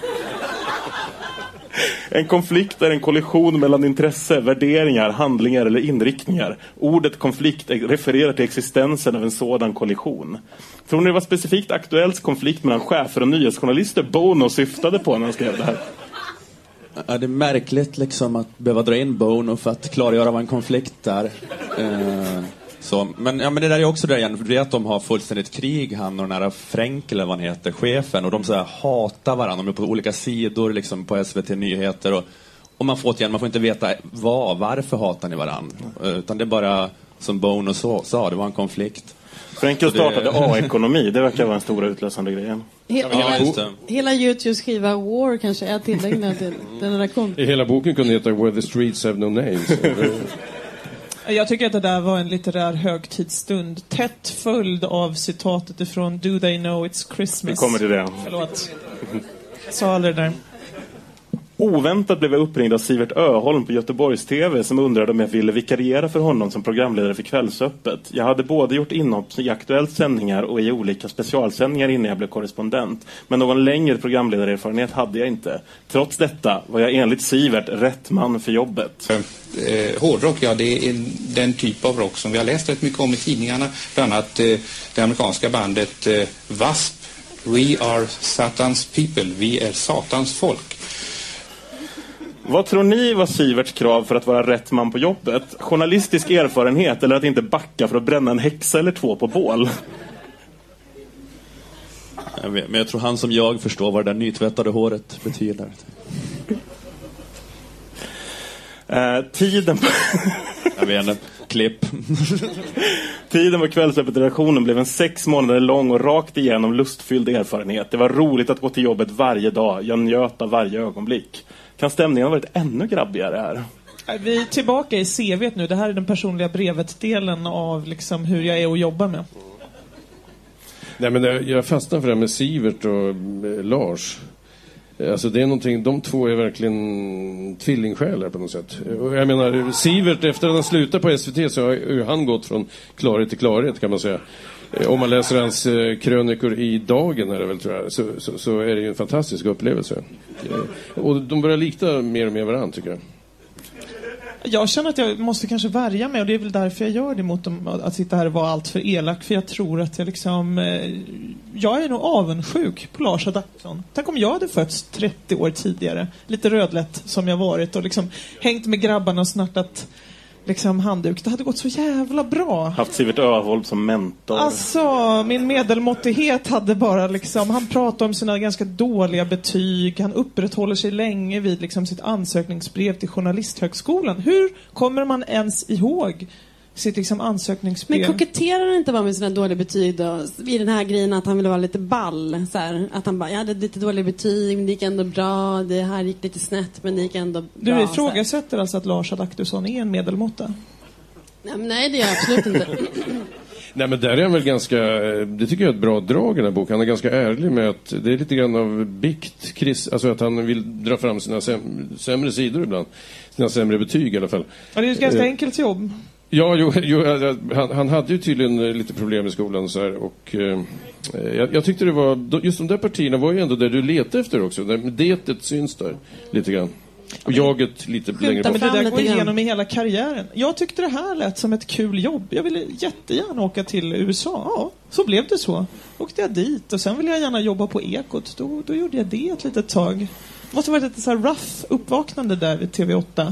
En konflikt är en kollision mellan intresse, värderingar, handlingar eller inriktningar. Ordet konflikt refererar till existensen av en sådan kollision. Tror ni det var specifikt Aktuellts konflikt mellan chefer och nyhetsjournalister Bono syftade på när han skrev det här? Ja, det är märkligt liksom att behöva dra in Bono för att klargöra vad en konflikt är. Så, men det där är också där igen, för du vet att de har fullständigt krig, han och den här Fränk eller vad han heter, chefen, och de så här hatar varandra, de är på olika sidor liksom på SVT Nyheter och Och man får inte veta varför hatar ni varann. Utan det är bara, som Bono sa, det var en konflikt. Frenkel startade A-ekonomi, det verkar vara en stora utlösande grejen. Hela YouTubes skiva War kanske är tillägnad till den redaktion. Hela boken kunde heta Where the Streets Have No Names. Jag tycker att det där var en litterär högtidsstund. Tätt följd av citatet ifrån Do They Know It's Christmas. Vi kommer till det. Förlåt. Jag sa aldrig det där. Oväntat blev jag uppringd av Sivert Öholm på Göteborgs TV som undrade om jag ville vikariera för honom som programledare för Kvällsöppet. Jag hade både gjort inhopp i Aktuellt sändningar och i olika specialsändningar innan jag blev korrespondent. Men någon längre programledarerfarenhet hade jag inte. Trots detta var jag enligt Sivert rätt man för jobbet. Hårdrock, ja, det är den typ av rock som vi har läst rätt mycket om i tidningarna. Bland annat det amerikanska bandet W.A.S.P. We are Satans people. Vi är Satans folk. Vad tror ni var Siverts krav för att vara rätt man på jobbet? Journalistisk erfarenhet eller att inte backa för att bränna en häxa eller två på bål? Men jag tror han som jag förstår vad det där nytvättade håret betyder. Tiden på... Jag vet inte. Klipp. Tiden på Kvällsöppet-redaktionen blev en 6 månader lång och rakt igenom lustfylld erfarenhet. Det var roligt att gå till jobbet varje dag. Jag njöt av varje ögonblick. Kan stämningen ha varit ännu grabbigare här? Vi är tillbaka i CV:t nu. Det här är den personliga brevet-delen av liksom hur jag är att jobba med. Nej, men jag fastnar för det här med Sivert och Lars. Alltså det är någonting, de två är verkligen tvillingsjälar på något sätt. Och jag menar, Sivert, efter att han slutar på SVT så har han gått från klarhet till klarhet, kan man säga. Om man läser hans krönikor i Dagen är det väl, tror jag, så är det ju en fantastisk upplevelse. Och de börjar likna mer och mer varandra, tycker jag. Jag känner att jag måste kanske värja mig, och det är väl därför jag gör det mot dem, att sitta här och vara allt för elak, för jag tror att jag liksom jag är nog avundsjuk på Lars Adaktusson. Tänk om jag hade fötts 30 år tidigare, lite rödlätt som jag varit, och liksom hängt med grabbarna och snartat liksom handduk. Det hade gått så jävla bra. Haft Sivert Öholm som mentor. Alltså, min medelmåttighet hade bara liksom... Han pratar om sina ganska dåliga betyg. Han upprätthåller sig länge vid liksom sitt ansökningsbrev till Journalisthögskolan. Hur kommer man ens ihåg sitt liksom ansökningsbrev? Men koketterar han inte bara med sina dåliga betyg då? I den här grejen att han ville vara lite ball. Så här, att han bara, jag hade lite dåliga betyg, men det gick ändå bra. Det här gick lite snett, men det gick ändå bra. Du ifrågasätter alltså att Lars Adaktusson är en medelmåtta? Nej, det gör jag absolut inte. Nej, men där är han väl ganska... Det tycker jag är ett bra drag i den här boken. Han är ganska ärlig med att det är lite grann av bikt, alltså att han vill dra fram sina sämre sidor ibland. Sina sämre betyg i alla fall. Ja, det är ett ganska enkelt jobb. Ja, han hade ju tydligen lite problem i skolan så här, och jag tyckte det var, just de där partierna var ju ändå där du letade efter också, där det syns där lite grann. Och jaget lite längre bort. Men det där går igenom i hela karriären. Jag tyckte det här lät som ett kul jobb. Jag ville jättegärna åka till USA. Ja, så blev det så. Åkte jag dit, och sen ville jag gärna jobba på Ekot. Då gjorde jag det ett litet tag. Det måste ha varit ett så här rough uppvaknande där vid TV8.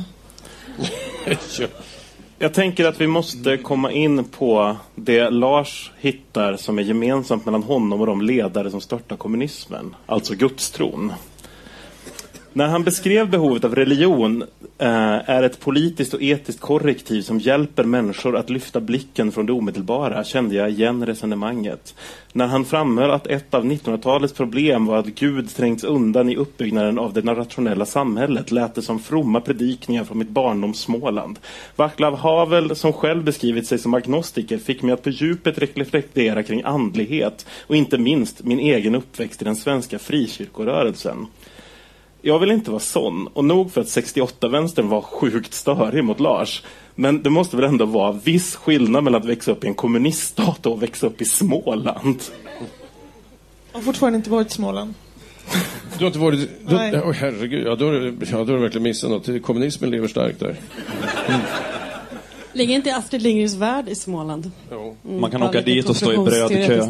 Jag tänker att vi måste komma in på det Lars hittar som är gemensamt mellan honom och de ledare som störtar kommunismen, alltså gudstron. När han beskrev behovet av religion är ett politiskt och etiskt korrektiv som hjälper människor att lyfta blicken från det omedelbara, kände jag igen resonemanget. När han framhöll att ett av 1900-talets problem var att Gud trängts undan i uppbyggnaden av det rationella samhället, lät det som fromma predikningar från mitt barndoms Småland. Václav Havel, som själv beskrivit sig som agnostiker, fick mig att på djupet reflektera kring andlighet och inte minst min egen uppväxt i den svenska frikyrkorörelsen. Jag vill inte vara sån, och nog för att 68-vänstern var sjukt störig mot Lars. Men det måste väl ändå vara viss skillnad mellan att växa upp i en kommuniststat och växa upp i Småland. Jag har fortfarande inte varit i Småland. Du har inte varit... herregud, då har du verkligen missat något. Kommunismen lever starkt där. Ligger inte Astrid Lindgrens Värld i Småland? Jo. Man kan åka dit och stå i brödkö.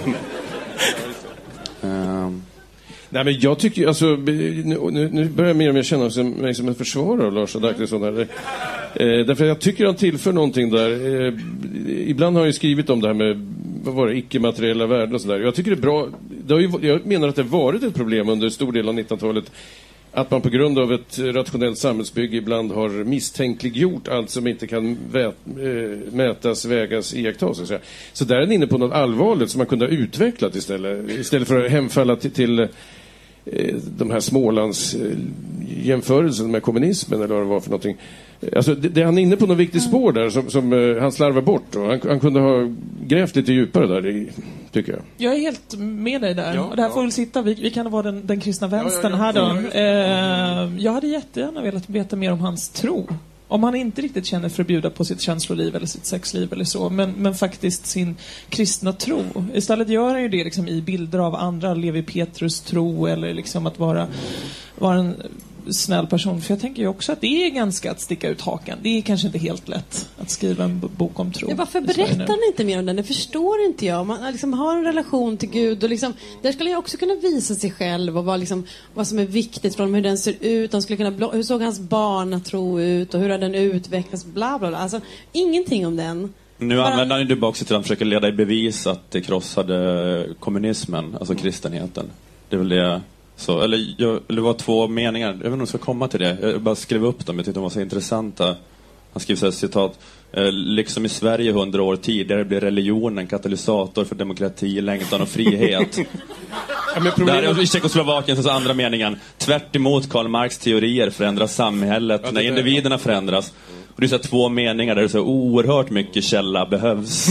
Nej, men jag tycker, alltså, nu börjar jag mer och mer känna mig som en försvarare av Lars Adaktusson här. Därför jag tycker han tillför någonting där. Ibland har jag skrivit om det här med, vad var det, icke-materiella värden och sådär. Jag tycker det är bra. Jag menar att det har varit ett problem under stor del av 1900-talet att man på grund av ett rationellt samhällsbygge ibland har misstänkliggjort allt som inte kan mätas, vägas, iakttas. Så där är den inne på något allvarligt som man kunde ha utvecklat istället för att hemfalla till de här Smålands jämförelsen med kommunismen eller vad det var för någonting. Alltså, det han är inne på något viktigt spår där som han slarvar bort. Och han kunde ha grävt lite djupare där, tycker jag. Jag är helt med dig där. Och det här får väl sitta. Vi kan vara den kristna vänstern här då. Jag hade jättegärna velat veta mer om hans tro. Om han inte riktigt känner förbjuda på sitt känsloliv eller sitt sexliv eller så, men faktiskt sin kristna tro. Istället gör han ju det liksom i bilder av andra, Levi Petrus tro eller liksom att vara en snäll person. För jag tänker ju också att det är ganska att sticka ut hakan. Det är kanske inte helt lätt att skriva en bok om tro. Ja, varför berättar han inte mer om den? Det förstår inte jag. Man liksom har en relation till Gud och liksom, där skulle jag också kunna visa sig själv och vad som är viktigt från hur den ser ut. Han skulle kunna hur såg hans barnatro ut och hur har den utvecklats, bla bla bla. Alltså, ingenting om den. Nu använder han ju det också till att försöka leda i bevis att det krossade kommunismen, alltså kristenheten. Det är väl det. Så, det var 2 meningar. Jag vet inte om jag ska komma till det. Jag bara skrev upp dem. Jag tyckte de var så intressanta. Han skrev så här, citat: liksom i Sverige 100 år tidigare blir religionen katalysator för demokrati, längtan och frihet. Där i Tjeckoslovakien så andra meningen: tvärt emot Karl Marx teorier förändras samhället när individerna förändras. Och det är så 2 meningar där det är så oerhört mycket källa behövs.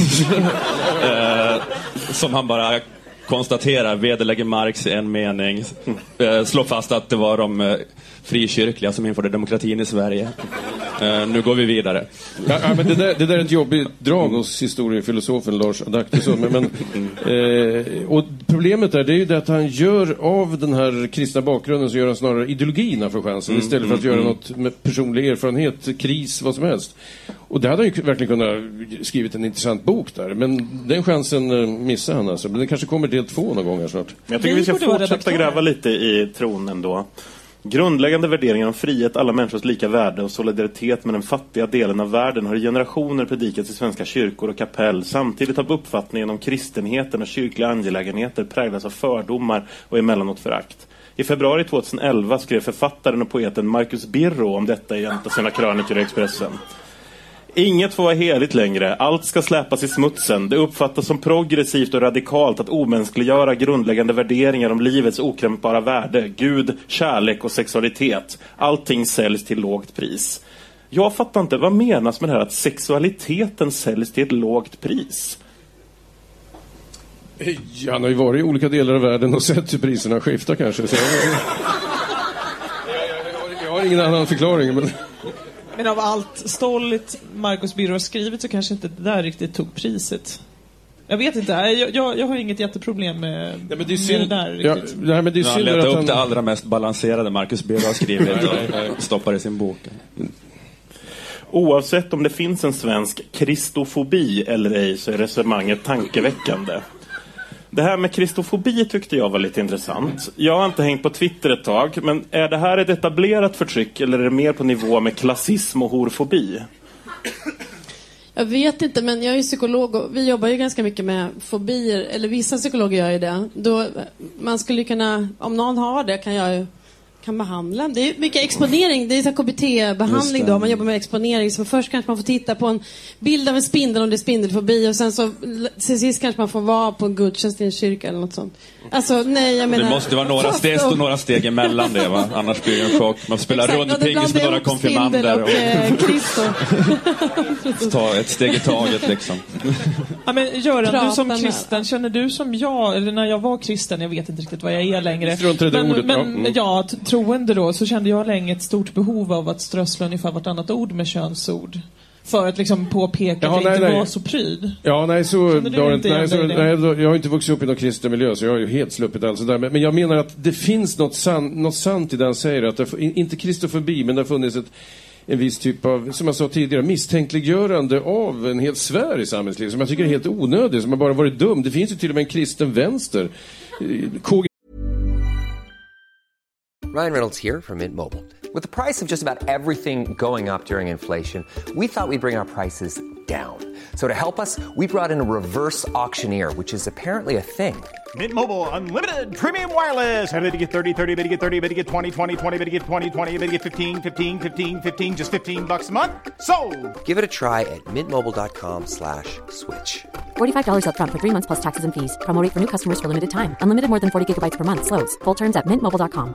Som han bara konstaterar, vederlägger Marx i en mening, slår fast att det var de frikyrkliga som införde demokratin i Sverige. Nu går vi vidare. Ja, men det där är ett jobbigt drag hos historiefilosofen Lars Adaktusson. Och problemet är ju det att han gör av den här kristna bakgrunden så gör han snarare ideologierna för chansen istället för att göra något med personlig erfarenhet, kris, vad som helst. Och det hade han ju verkligen kunnat skrivit en intressant bok där. Men den chansen missar han alltså. Men det kanske kommer del 2 någon gång här snart. Jag tycker vi ska fortsätta gräva lite i tron ändå. Grundläggande värderingar om frihet, alla människors lika värde och solidaritet med den fattiga delen av världen har i generationer predikats i svenska kyrkor och kapell. Samtidigt har uppfattningen om kristenheten och kyrkliga angelägenheter präglats av fördomar och emellanåt förakt. I februari 2011 skrev författaren och poeten Marcus Birro om detta i en av sina krönikor i Expressen. Inget får vara heligt längre, allt ska släpas i smutsen. Det uppfattas som progressivt och radikalt att omänskliggöra grundläggande värderingar om livets okränkbara värde, Gud, kärlek och sexualitet. Allting säljs till lågt pris. Jag fattar inte, vad menas med det här att sexualiteten säljs till ett lågt pris? Han har ju varit i olika delar av världen och sett hur priserna skiftar kanske. Så jag har ingen annan förklaring, men av allt stolligt Marcus Birro har skrivit så kanske inte det där riktigt tog priset. Jag vet inte, jag har inget jätteproblem med det där riktigt. Men det är synd att han upp det allra mest balanserade Marcus Birro har skrivit och stoppar i sin bok. Oavsett om det finns en svensk kristofobi eller ej så är resonemanget tankeväckande. Det här med kristofobi tyckte jag var lite intressant. Jag har inte hängt på Twitter ett tag, men är det här ett etablerat förtryck eller är det mer på nivå med klassism och horfobi? Jag vet inte, men jag är psykolog och vi jobbar ju ganska mycket med fobier, eller vissa psykologer gör ju det. Då man skulle kunna, om någon har det kan jag ju behandla. Det är mycket exponering, det är så KBT-behandling då, man jobbar med exponering. Så först kanske man får titta på en bild av en spindel om det är spindelfobi och sen så till sist kanske man får vara på en gudstjänst i en kyrka eller något sånt. Alltså, nej, jag menar... Det måste vara några steg emellan det, va? Annars blir det en chock. Man spelar rundpingis med några konfirmander och ta ett steg i taget liksom. Ja, men Göran, du som kristen, känner du som jag, eller när jag var kristen, jag vet inte riktigt vad jag är längre. Men troende då, så kände jag länge ett stort behov av att strössla ungefär vartannat ord med könsord. För att liksom påpeka att det inte var så pryd. Ja, nej, jag har inte vuxit upp i någon kristen miljö, så jag har ju helt sluppit allt sådär. Men jag menar att det finns något sant i det han säger. Att det, inte kristofobi, men det har funnits en viss typ av, som jag sa tidigare, misstänkliggörande av en hel sfär i samhällslivet som jag tycker är helt onödig, som har bara varit dum. Det finns ju till och med en kristen vänster. Ryan Reynolds here from Mint Mobile. With the price of just about everything going up during inflation, we thought we'd bring our prices down. So to help us, we brought in a reverse auctioneer, which is apparently a thing. Mint Mobile Unlimited Premium Wireless. How to get 30, 30, bit to get 30, bit to get 20, 20, 20, bit to get 20, 20, bit to get 15, 15, 15, 15, just $15 a month? Sold! Give it a try at mintmobile.com/switch. $45 up front for 3 months plus taxes and fees. Promo rate for new customers for limited time. Unlimited more than 40 gigabytes per month. Slows full terms at mintmobile.com.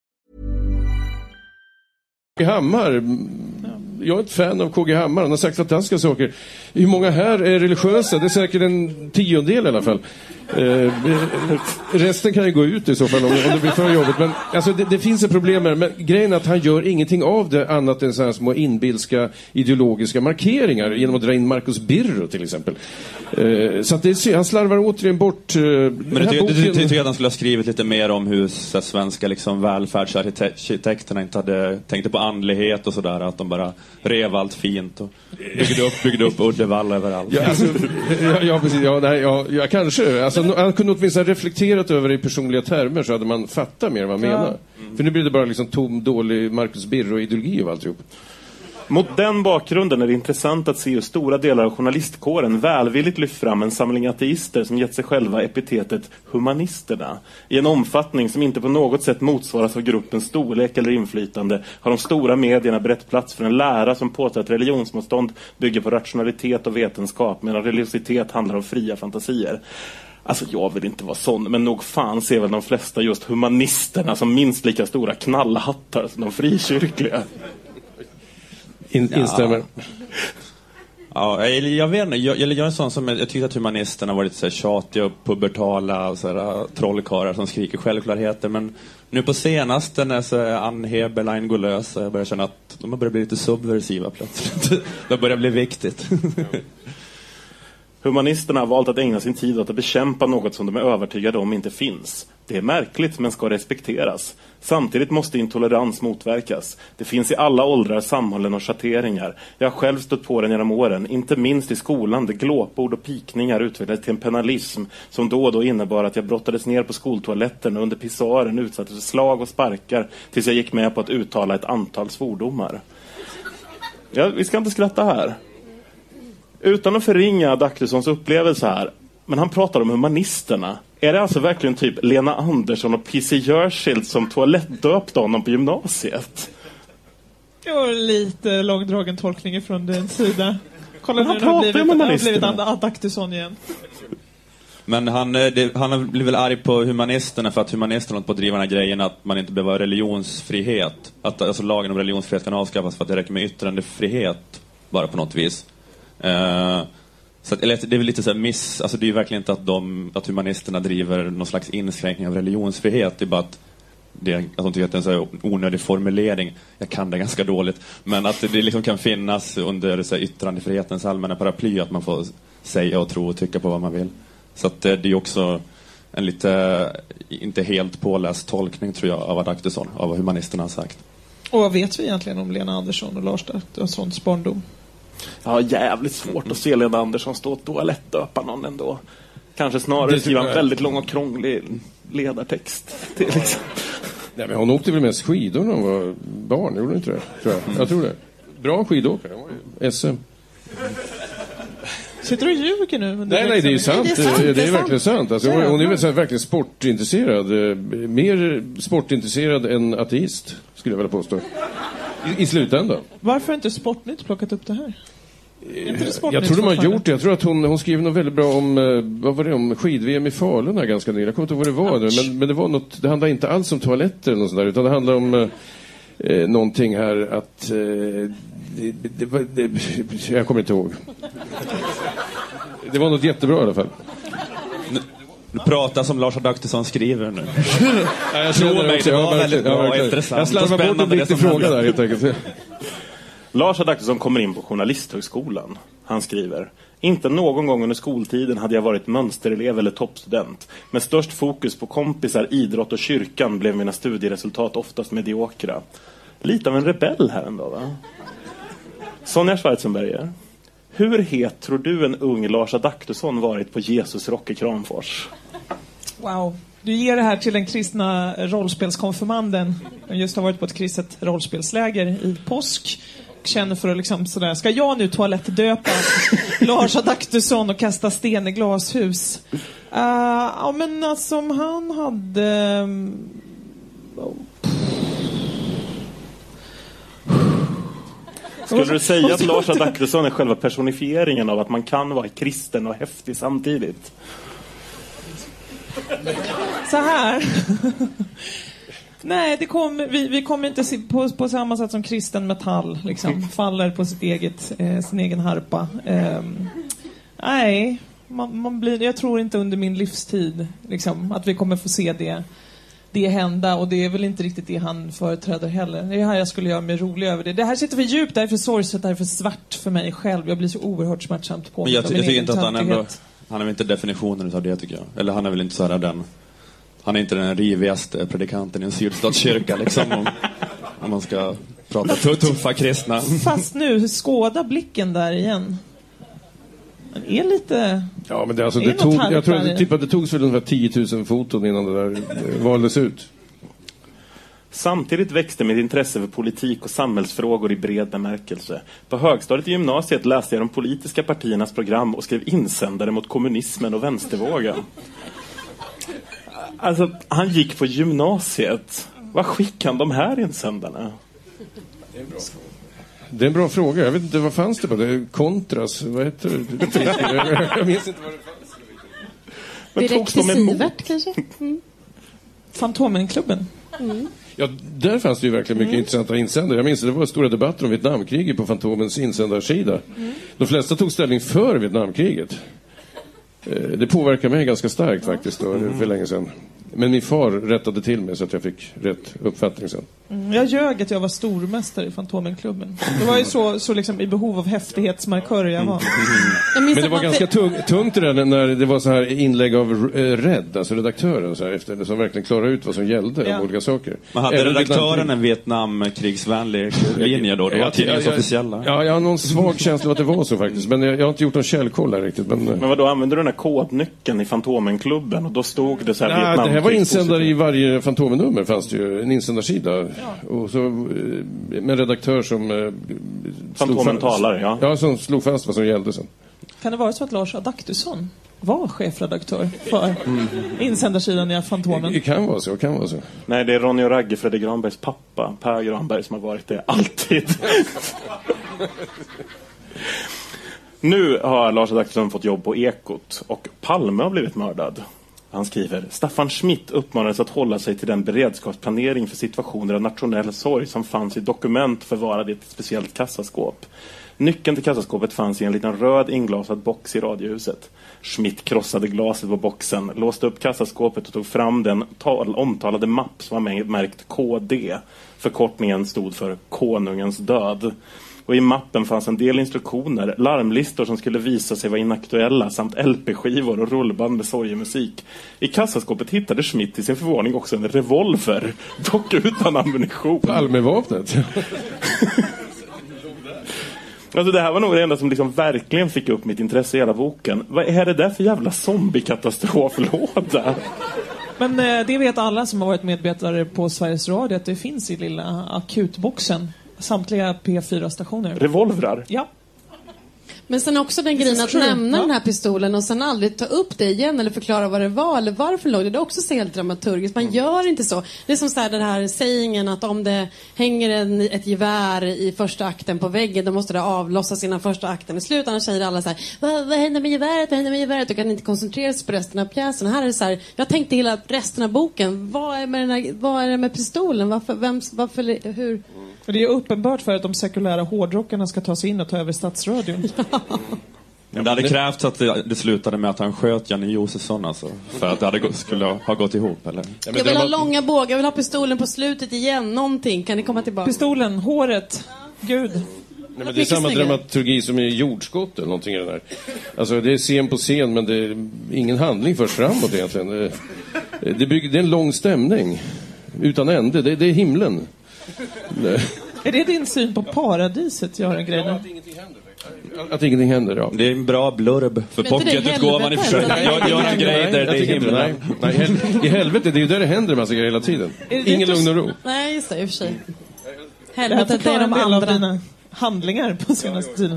Hammar. Jag är ett fan av KG Hammar. Han har sagt fantastiska saker. Hur många här är religiösa? Det är säkert en 10-del i alla fall. Resten kan ju gå ut i så fall om det blir för jobbigt. Men alltså, det finns ett problem här. Men grejen är att han gör ingenting av det annat än så här små inbilska ideologiska markeringar genom att dra in Marcus Birro till exempel. Så att han slarvar återigen bort. Men du tycker att han skulle ha skrivit lite mer om hur svenska liksom, välfärdsarkitekterna inte hade tänkt på andlighet och sådär, att de bara rev allt fint och byggde upp Uddevalla överallt. Ja, alltså, precis. Ja, kanske. Alltså, han kunde åtminstone reflekterat över det i personliga termer, så hade man fattat mer vad han menar. För nu blir det bara liksom tom, dålig Marcus Birro-ideologi och alltihop. Mot den bakgrunden är det intressant att se hur stora delar av journalistkåren välvilligt lyft fram en samling ateister som gett sig själva epitetet humanisterna. I en omfattning som inte på något sätt motsvaras av gruppens storlek eller inflytande har de stora medierna berett plats för en lära som påstår att religionsmotstånd bygger på rationalitet och vetenskap, medan religiositet handlar om fria fantasier. Alltså jag vill inte vara sån, men nog fan ser väl de flesta just humanisterna som minst lika stora knallhattar som de frikyrkliga. Instämmer. Ja, jag vet inte. Jag är en sån som jag tycker att humanisterna har varit så här tjatiga och pubertala och så här trollkarlar som skriker självklarheter, men nu på senaste när så Ann Heberlein går lös, så jag börjar känna att de har börjat bli lite subversiva plötsligt. Det börjar bli viktigt. Humanisterna har valt att ägna sin tid åt att bekämpa något som de är övertygade om inte finns. Det är märkligt men ska respekteras. Samtidigt måste intolerans motverkas. Det finns i alla åldrar, samhällen och schatteringar. Jag har själv stött på den genom åren, inte minst i skolan där glåpord och pikningar utvecklades till en penalism som då och då innebar att jag brottades ner på skoltoaletten och under pisaren utsattes för slag och sparkar tills jag gick med på att uttala ett antal svordomar. Ja, vi ska inte skratta här. Utan att förringa Adaktussons upplevelse här, men han pratar om humanisterna. Är det alltså verkligen typ Lena Andersson och P.C. Jersild som toalettdöpte honom på gymnasiet? Det var lite långdragen tolkning från din sida. Kolla, han nu har blivit Adaktusson igen. Men han har blivit väl arg på humanisterna för att humanisterna håller på att driva den här grejen att man inte behöver religionsfrihet. Att alltså lagen om religionsfrihet kan avskaffas för att det räcker med yttrandefrihet bara på något vis. Så att, eller det är väl lite så här alltså det är ju verkligen inte att humanisterna driver någon slags inskränkning av religionsfrihet. Det är bara att de tycker att det är en så här onödig formulering. Jag kan det ganska dåligt, men att det liksom kan finnas under så här yttrandefrihetens allmänna paraply att man får säga och tro och tycka på vad man vill. Så att det är också en lite inte helt påläst tolkning, tror jag, av Adaktusson, av vad humanisterna har sagt. Och vad vet vi egentligen om Lena Andersson och Lars Adaktussons barndom? Ja, jävligt svårt att se Lena Andersson stå och toalettdöpa någon ändå. Kanske snarare skriva en väldigt lång och krånglig ledartext. Liksom. Nej, men hon åkte väl mest skidor när hon var barn, gjorde hon inte det? Tror jag. Jag tror det. Bra skidåkare, SM. Sitter du och ljuger nu? Nej, det är ju sant. Det är verkligen sant. Alltså, hon är väl så här, verkligen sportintresserad. Mer sportintresserad än ateist, skulle jag vilja påstå. I slutändan. Varför har inte Sportnytt plockat upp det här? Jag tror de har gjort det. Jag tror att hon skrev något väldigt bra om vad var det, om skid-VM i Falun här ganska nyligen. Jag kommer inte ihåg vad det var. Men det var något, det handlar inte alls om toaletter eller något sånt där, utan det handlar om någonting här att jag kommer inte ihåg. Det var något jättebra i alla fall. Du pratar som Lars Adaktusson skriver nu. Jag tror mig, det var väldigt bra och intressant. Jag slarvar bort en viktig fråga där helt enkelt. Lars Adaktusson kommer in på Journalisthögskolan. Han skriver: inte någon gång under skoltiden hade jag varit mönsterelev eller toppstudent. Med störst fokus på kompisar, idrott och kyrkan blev mina studieresultat oftast mediokra. Lite av en rebell här ändå, va? Sonja Schwarzenberger, hur het tror du en ung Lars Adaktusson varit på Jesus Rock i Kramfors? Wow. Du ger det här till den kristna rollspelskonfirmanden. Jag just har varit på ett kristet rollspelsläger i påsk. känner för att liksom sådär, ska jag nu toalettdöpa Lars Adaktusson och kasta sten i glashus? Ja, men alltså om han hade... Skulle du säga att Lars Adaktusson är själva personifieringen av att man kan vara kristen och häftig samtidigt? Så här. Nej, vi kommer inte se på samma sätt som kristen metall liksom, faller på sin egen harpa. Nej, man blir, jag tror inte under min livstid liksom, att vi kommer få se det hända, och det är väl inte riktigt det han företräder heller. Det är här jag skulle göra mig rolig över det. Det här sitter för djupt, det är för sorgset, det är för svart för mig själv. Jag blir så oerhört smärtsamt på. Men jag tycker inte att han är väl inte definitionen av det, tycker jag. Eller han är väl inte så här han är inte den rivigaste predikanten i en sydstatskyrka liksom, om man ska prata tuffa kristna. Fast nu, skåda blicken där igen. Man är lite... Ja, men det, alltså, jag tror att det togs väl ungefär 10 000 foton innan det där valdes ut. Samtidigt växte mitt intresse för politik och samhällsfrågor i bred bemärkelse. På högstadiet i gymnasiet läste jag de politiska partiernas program och skrev insändare mot kommunismen och vänstervågen. Alltså, han gick på gymnasiet. Vad skickade han de här insändarna? Det är en bra fråga. Jag vet inte, vad fanns det på det? Kontras, vad heter det? Jag minns inte vad det fanns. Direkt till Sivert, kanske? Fantomenklubben. Ja, där fanns det ju verkligen mycket intressanta insändare. Jag minns att det var stora debatter om Vietnamkriget på Fantomens insändarsida. De flesta tog ställning för Vietnamkriget. Det påverkar mig ganska starkt faktiskt då, för länge sedan. Men min far rättade till mig så att jag fick rätt uppfattning sen. Jag ljög att jag var stormästare i Fantomenklubben. Det var ju så liksom i behov av häftighetsmarkörer jag var. Men det var ganska tungt det där när det var så här inlägg av Red, alltså redaktören så här, efter, som verkligen klarade ut vad som gällde om olika saker. Man hade redaktören en Vietnamkrigsvänlig linje då? Det var tidningens officiella. Ja, jag har någon svag känsla av att det var så faktiskt. Men jag har inte gjort någon källkoll här riktigt. Men vad då, använde du den här kodnyckeln i Fantomenklubben och då stod det så här Vietnam? Det här var insändare i varje Fantomennummer, fanns det ju en insändarsida. Och så med en redaktör som Fantomen talare, ja, som slog fast vad som gällde sen. Kan det vara så att Lars Adaktusson var chefredaktör för insändarsidan i Fantomen? Det kan vara så, Nej, det är Ronny och Ragge, Fredrik Granbergs pappa, Per Granberg, som har varit det alltid. Nu har Lars Adaktusson fått jobb på Ekot och Palme har blivit mördad. Han skriver: Staffan Schmidt uppmanades att hålla sig till den beredskapsplanering för situationer av nationell sorg som fanns i dokument förvarade i ett speciellt kassaskåp. Nyckeln till kassaskåpet fanns i en liten röd inglasad box i radiohuset. Schmidt krossade glaset på boxen, låste upp kassaskåpet och tog fram den omtalade mapp som var märkt KD. Förkortningen stod för Konungens död. Och i mappen fanns en del instruktioner, larmlistor som skulle visa sig vara inaktuella samt LP-skivor och rullband med sorgemusik. I kassaskåpet hittade Schmidt i sin förvåning också en revolver, dock utan ammunition. Palmevapnet. Alltså det här var nog det enda som liksom verkligen fick upp mitt intresse i hela boken. Vad är det där för jävla zombiekatastroflåda? Men det vet alla som har varit medvetare på Sveriges Radio, att det finns i lilla akutboxen. Samtliga P4-stationer. Revolvrar? Ja. Men sen också den grejen att nämna den här pistolen och sen aldrig ta upp det igen eller förklara vad det var eller varför låg det. Det är också så helt dramaturgiskt. Man gör inte så. Det är som så här, den här sägningen att om det hänger ett gevär i första akten på väggen, då måste det avlossas innan första akten i slut. Annars säger alla så här: vad händer med geväret? Vad händer med geväret? Du kan inte koncentrera sig på resten av pjäsen. Här är det så här, jag tänkte hela resten av boken. Vad är det med pistolen? Varför, hur? För det är uppenbart för att de sekulära hårdrockarna ska ta sig in och ta över Stadsradion. Men det hade krävts att det slutade med att han sköt Janne Josefsson alltså, för att det skulle ha gått ihop, eller? Jag vill ha långa bågar, jag vill ha pistolen på slutet igen, någonting. Kan ni komma tillbaka? Pistolen, håret, Gud. Nej, men det är samma dramaturgi som i Jordskott eller någonting i den här. Alltså det är scen på scen, men det är ingen handling först framåt egentligen. Det är en lång stämning utan ände, det är himlen. Är det din syn på paradiset, Göran Greiner? Att ingenting händer, ja. Det är en bra blurb för pocketutgåvan i försöken. Göran Greiner, det är himlen. Nej, i helvete, det är ju där det händer en massa grejer hela tiden. Ingen lugn och ro. Nej, just det, i och för sig. Helvete, det är de andra. handlingar på senaste tiden.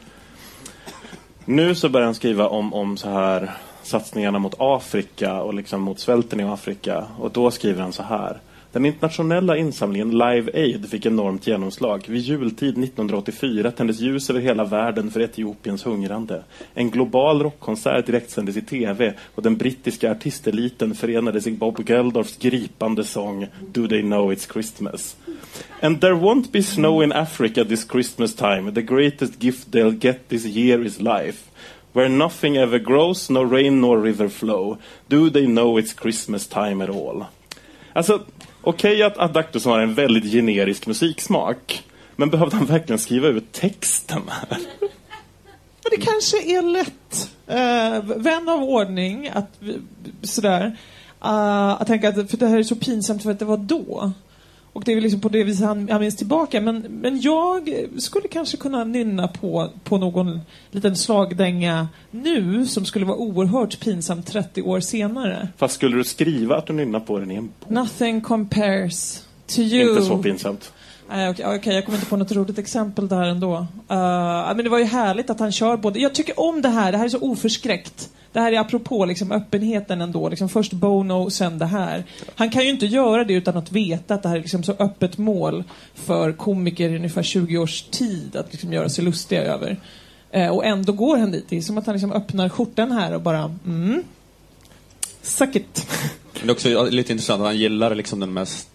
Nu så börjar han skriva om så här satsningarna mot Afrika och liksom mot svälten i Afrika. Och då skriver han så här: den internationella insamlingen Live Aid fick enormt genomslag. Vid jultid 1984 tändes ljus över hela världen för Etiopiens hungrande. En global rockkonsert direktsändes i tv och den brittiska artisteliten förenades i Bob Geldofs gripande sång Do They Know It's Christmas. And there won't be snow in Africa this Christmas time. The greatest gift they'll get this year is life. Where nothing ever grows, no rain nor river flow. Do they know it's Christmas time at all? Alltså, okej att Adaktusson har en väldigt generisk musiksmak. Men behövde han verkligen skriva ut texten här? Men det kanske är lätt. Vän av ordning att sådär. Att tänka att för det här är så pinsamt för att det var då. Och det är liksom på det viset han minns tillbaka. Men jag skulle kanske kunna nynna på någon liten slagdänga nu som skulle vara oerhört pinsam 30 år senare. Fast skulle du skriva att du nynnar på den i en bok? Nothing compares to you. Inte så pinsamt. Okej, jag kommer inte på något roligt exempel där ändå. Men det var ju härligt att han kör både. Jag tycker om det här är så oförskräckt. Det här är apropå liksom öppenheten ändå. Liksom först Bono, sen det här. Han kan ju inte göra det utan att veta att det här är liksom så öppet mål för komiker i ungefär 20 års tid att liksom göra sig lustiga över. Och ändå går han dit. Det är som att han liksom öppnar skjortan här och bara suck it. Det är också lite intressant att han gillar liksom den mest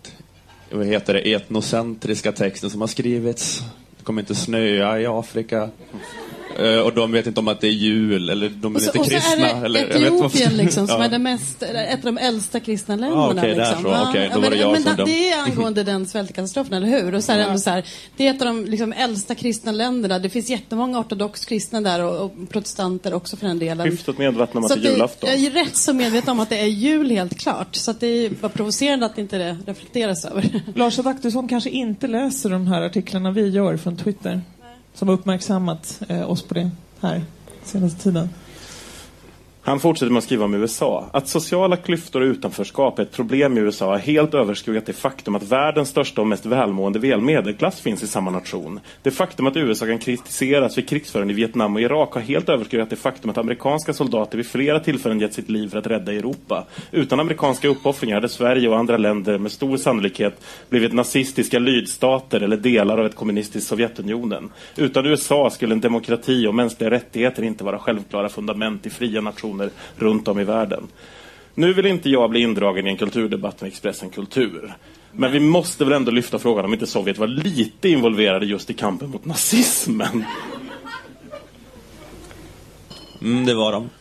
etnocentriska texten som har skrivits. Det kommer inte snöa i Afrika. Och de vet inte om att det är jul, eller de är inte kristna. Och så är det eller, Etiopien liksom, som är ett av de äldsta kristna länderna. Liksom. Då var det jag som det är angående den svältkatastrofen, eller hur? Och så är det ändå så här, det är ett av de liksom, äldsta kristna länderna. Det finns jättemånga ortodox kristna där och protestanter också för den delen. Skiftet medvetna om att det är julafton. Jag är rätt så medveten om att det är jul, helt klart. Så att det är bara provocerande att inte det reflekteras över. Lars Adaktusson kanske inte läser de här artiklarna vi gör från Twitter. Som har uppmärksammat oss på det här senaste tiden. Han fortsätter med att skriva om USA. Att sociala klyftor och utanförskap är ett problem i USA har helt överskuggat det faktum att världens största och mest välmående medelklass finns i samma nation. Det faktum att USA kan kritiseras för krigsföringen i Vietnam och Irak har helt överskuggat det faktum att amerikanska soldater vid flera tillfällen gett sitt liv för att rädda Europa. Utan amerikanska uppoffringar hade Sverige och andra länder med stor sannolikhet blivit nazistiska lydstater eller delar av ett kommunistiskt Sovjetunionen. Utan USA skulle en demokrati och mänskliga rättigheter inte vara självklara fundament i fria nationer runt om i världen. Nu vill inte jag bli indragen i en kulturdebatt med Expressen Kultur. Men vi måste väl ändå lyfta frågan om inte Sovjet var lite involverade just i kampen mot nazismen. Det var de.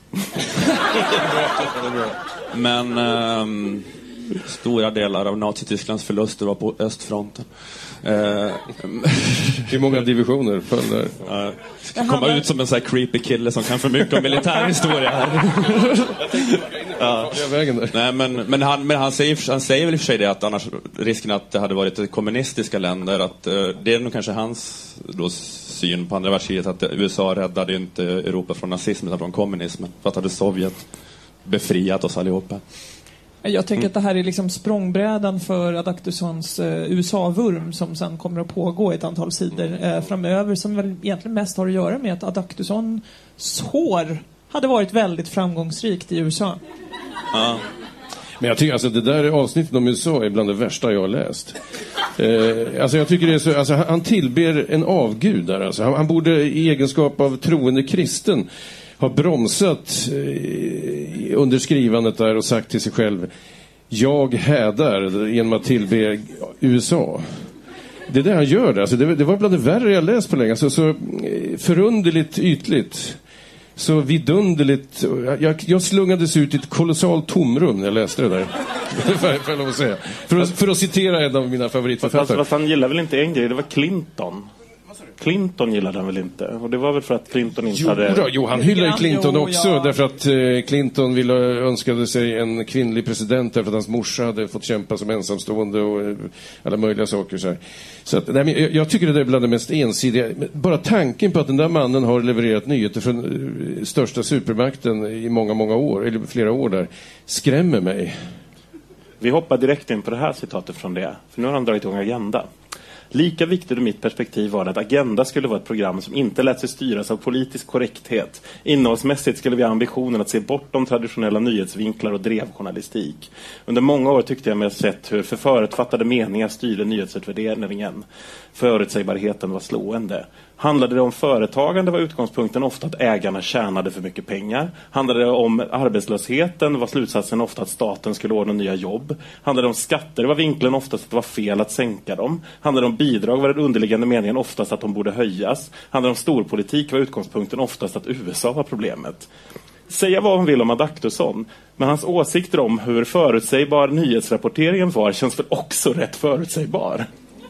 Men stora delar av Nazitysklands förluster var på östfronten. Hur många divisioner föll där? Ska komma ut som en sån här creepy kille som kan för mycket om militärhistoria här. Nej, men han säger väl i och för sig det att annars risken att det hade varit kommunistiska länder, att det är nog kanske hans då syn på andra världskriget, att USA räddade inte Europa från nazismen utan från kommunismen, för att hade Sovjet befriat oss allihopa. Jag tänker att det här är liksom språngbrädan för Adaktussons USA-vurm som sen kommer att pågå ett antal sidor framöver, som väl egentligen mest har att göra med att Adaktussons hår hade varit väldigt framgångsrikt i USA. Ja. Men jag tycker alltså det där avsnittet om USA är bland det värsta jag har läst. Alltså jag tycker det är så, alltså han tillber en avgud där, alltså. Han borde i egenskap av troende kristen har bromsat under skrivandet där och sagt till sig själv: jag hädar genom att tillbe USA. Det där han gör där, alltså det var bland det värre jag läst på länge. Alltså, så förunderligt ytligt, så vidunderligt. Jag slungades ut i ett kolossalt tomrum när jag läste det där. Får jag lov att säga. För att citera en av mina favoritförfattare. Fast han gillar väl inte en grej, det var Clinton. Clinton gillade han väl inte. Och det var väl för att Clinton inte hade... Jo, han hyllar Clinton också. Därför att Clinton önskade sig en kvinnlig president. Därför att hans morsa hade fått kämpa som ensamstående och alla möjliga saker. Så att, nej, men jag tycker det är bland det mest ensidiga. Bara tanken på att den där mannen har levererat nyheter från största supermakten i många år, eller flera år där, skrämmer mig. Vi hoppar direkt in på det här citatet från det. För nu har han dragit igång Agenda. Lika viktigt ur mitt perspektiv var det att Agenda skulle vara ett program som inte lät sig styras av politisk korrekthet. Innehållsmässigt skulle vi ha ambitionen att se bortom traditionella nyhetsvinklar och drevjournalistik. Under många år tyckte jag mig ha sett hur för förutfattade meningar styrde nyhetsutvärderingen. Förutsägbarheten var slående. Handlade det om företagande var utgångspunkten ofta att ägarna tjänade för mycket pengar. Handlade det om arbetslösheten var slutsatsen ofta att staten skulle ordna nya jobb. Handlade det om skatter var vinkeln oftast att det var fel att sänka dem. Handlade det om bidrag var den underliggande meningen oftast att de borde höjas. Handlade det om storpolitik var utgångspunkten oftast att USA var problemet. Säga vad man vill om Adaktusson, men hans åsikter om hur förutsägbar nyhetsrapporteringen var känns väl också rätt förutsägbar.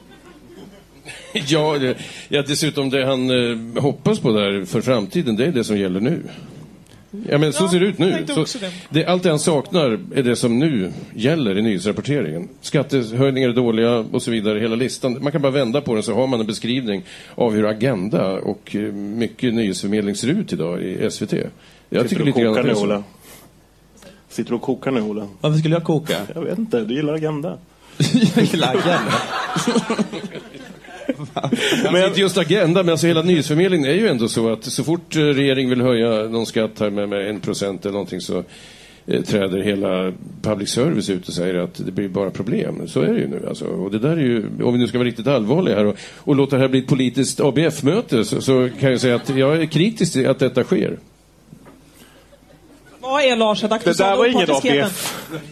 Ja, dessutom det han hoppas på där för framtiden, det är det som gäller nu. Ja, men så ser det ut nu. Allt det han saknar är det som nu gäller i nyhetsrapporteringen. Skattehöjningar är dåliga och så vidare, hela listan. Man kan bara vända på den så har man en beskrivning av hur Agenda och mycket nyhetsförmedling ser ut idag i SVT. Jag tycker lite grann att det. Sitter och kokar nu, Ola? Varför skulle jag koka? Jag vet inte, du gillar Agenda. Jag gillar Agenda. Men inte just Agenda, men alltså hela nyhetsförmedlingen är ju ändå så att så fort regeringen vill höja någon skatt här med 1% eller någonting så träder hela public service ut och säger att det blir bara problem. Så är det ju nu alltså. Och det där är ju, om vi nu ska vara riktigt allvarliga här och låta det här bli ett politiskt ABF-möte så kan jag säga att jag är kritisk till att detta sker. Vad är Lars Adaktusson? Det där var inget ABF.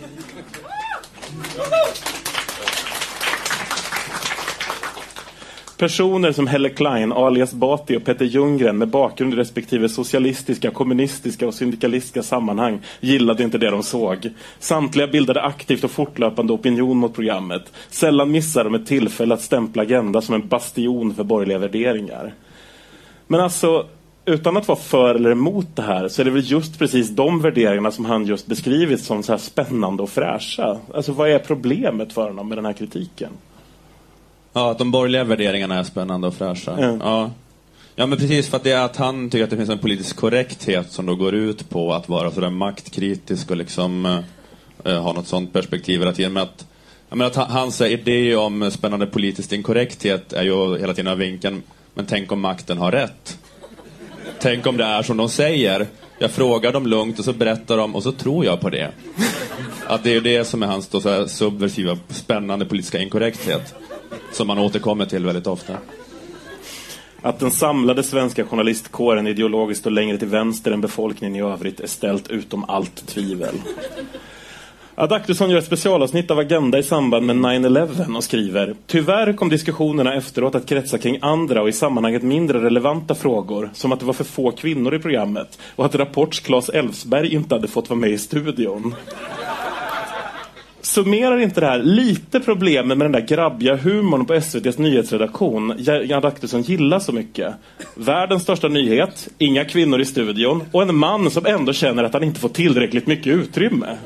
Personer som Helle Klein, alias Bati och Petter Ljunggren med bakgrund i respektive socialistiska, kommunistiska och syndikalistiska sammanhang gillade inte det de såg. Samtliga bildade aktivt och fortlöpande opinion mot programmet. Sällan missade de ett tillfälle att stämpla Agenda som en bastion för borgerliga värderingar. Men alltså, utan att vara för eller emot det här så är det väl just precis de värderingarna som han just beskrivit som så här spännande och fräscha. Alltså vad är problemet för honom med den här kritiken? Ja, att de borgerliga värderingarna är spännande och fräscha. Ja, men precis för att det är att han tycker att det finns en politisk korrekthet som då går ut på att vara sådär maktkritisk och liksom ha något sånt perspektiv hela tiden. Att hans idé om spännande politisk inkorrekthet är ju hela tiden av vinkeln, men tänk om makten har rätt. Tänk om det är som de säger. Jag frågar dem lugnt och så berättar de och så tror jag på det. Att det är det som är hans då så här subversiva, spännande politiska inkorrekthet. Som man återkommer till väldigt ofta. Att den samlade svenska journalistkåren ideologiskt står längre till vänster än befolkningen i övrigt är ställt utom allt tvivel. Adaktusson gör ett specialavsnitt av Agenda i samband med 9/11 och skriver: Tyvärr kom diskussionerna efteråt att kretsa kring andra och i sammanhanget mindre relevanta frågor, som att det var för få kvinnor i programmet och att Rapports Claes Elfsberg inte hade fått vara med i studion. Summerar inte det här lite problemen med den där grabbiga humorn på SVT:s nyhetsredaktion Adaktusson gillar så mycket? Världens största nyhet, inga kvinnor i studion och en man som ändå känner att han inte får tillräckligt mycket utrymme.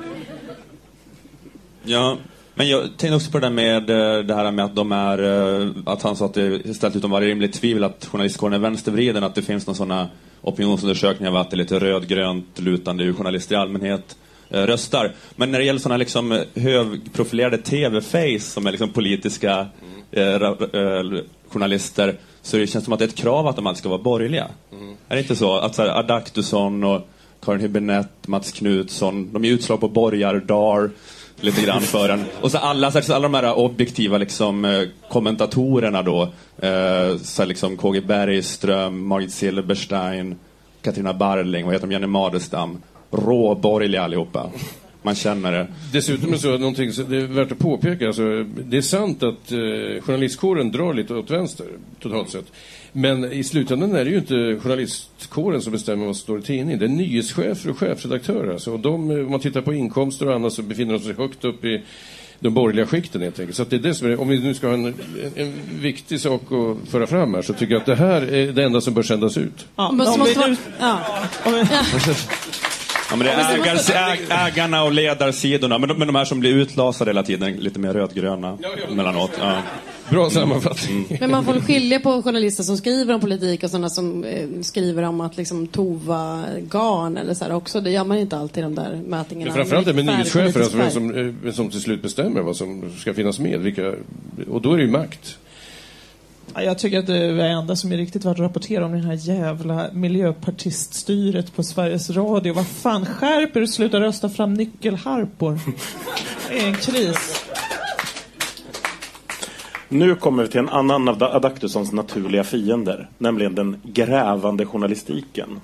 Ja, men jag tänkte också på det där med det här med att de är att han sa att det ställt utom varje rimligt tvivel att journalistkåren är vänstervriden, att det finns någon sådana opinionsundersökningar av att det är lite rödgrönt lutande journalister i allmänhet röstar. Men när det gäller sådana liksom högprofilerade tv-face som är liksom politiska journalister, så det känns som att det är ett krav att de alltid ska vara borgerliga. Är det inte så att så här, Adaktusson och Karin Hübinette, Mats Knutsson, de är utslag på borgardar lite grann för en. Och så alla de här objektiva liksom kommentatorerna då, så liksom KG Bergström, Margit Silberstein, Katarina Barling, vad heter de, Jenny Madestam, råborgerliga allihopa. Man känner det. Dessutom är så någonting så det är värt att påpeka, alltså, det är sant att journalistkåren drar lite åt vänster totalt sett. Men i slutändan är det ju inte journalistkåren som bestämmer vad som står i tidningen. Det är nyhetschefer och chefredaktörer. Alltså, och om man tittar på inkomster och annat så befinner de sig högt upp i de borgerliga skikten helt enkelt. Så att det är det som är, om vi nu ska ha en viktig sak att föra fram här, så tycker jag att det här är det enda som bör sändas ut. Ja, men det är ägarna och ledarsidorna, men de här som blir utlasade hela tiden lite mer rödgröna mellanåt. Ja. Bra sammanfattning. Men man får skilja på journalister som skriver om politik och sådana som skriver om att liksom tova garn eller så här också. Det gör man inte alltid i de där mätningarna. Men framförallt är med nyhetschefer alltså, som till slut bestämmer vad som ska finnas med. Och då är det ju makt. Jag tycker att det är det enda som är riktigt värt att rapportera om den här jävla miljöpartiststyret på Sveriges Radio. Vad fan, skärper du, sluta rösta fram nyckelharpor. Det är en kris. Nu kommer vi till en annan av Adaktussons naturliga fiender, nämligen den grävande journalistiken.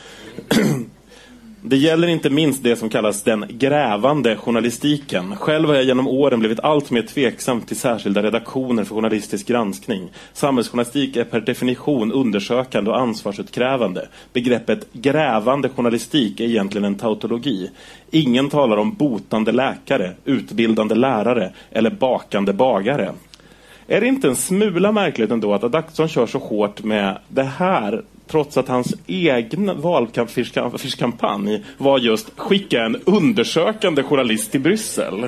Det gäller inte minst det som kallas den grävande journalistiken. Själv har jag genom åren blivit allt mer tveksam till särskilda redaktioner för journalistisk granskning. Samhällsjournalistik är per definition undersökande och ansvarsutkrävande. Begreppet grävande journalistik är egentligen en tautologi. Ingen talar om botande läkare, utbildande lärare eller bakande bagare. Är det inte en smula märkligt ändå att Adaktusson kör så hårt med det här, trots att hans egen valkampanj var just skicka en undersökande journalist till Bryssel?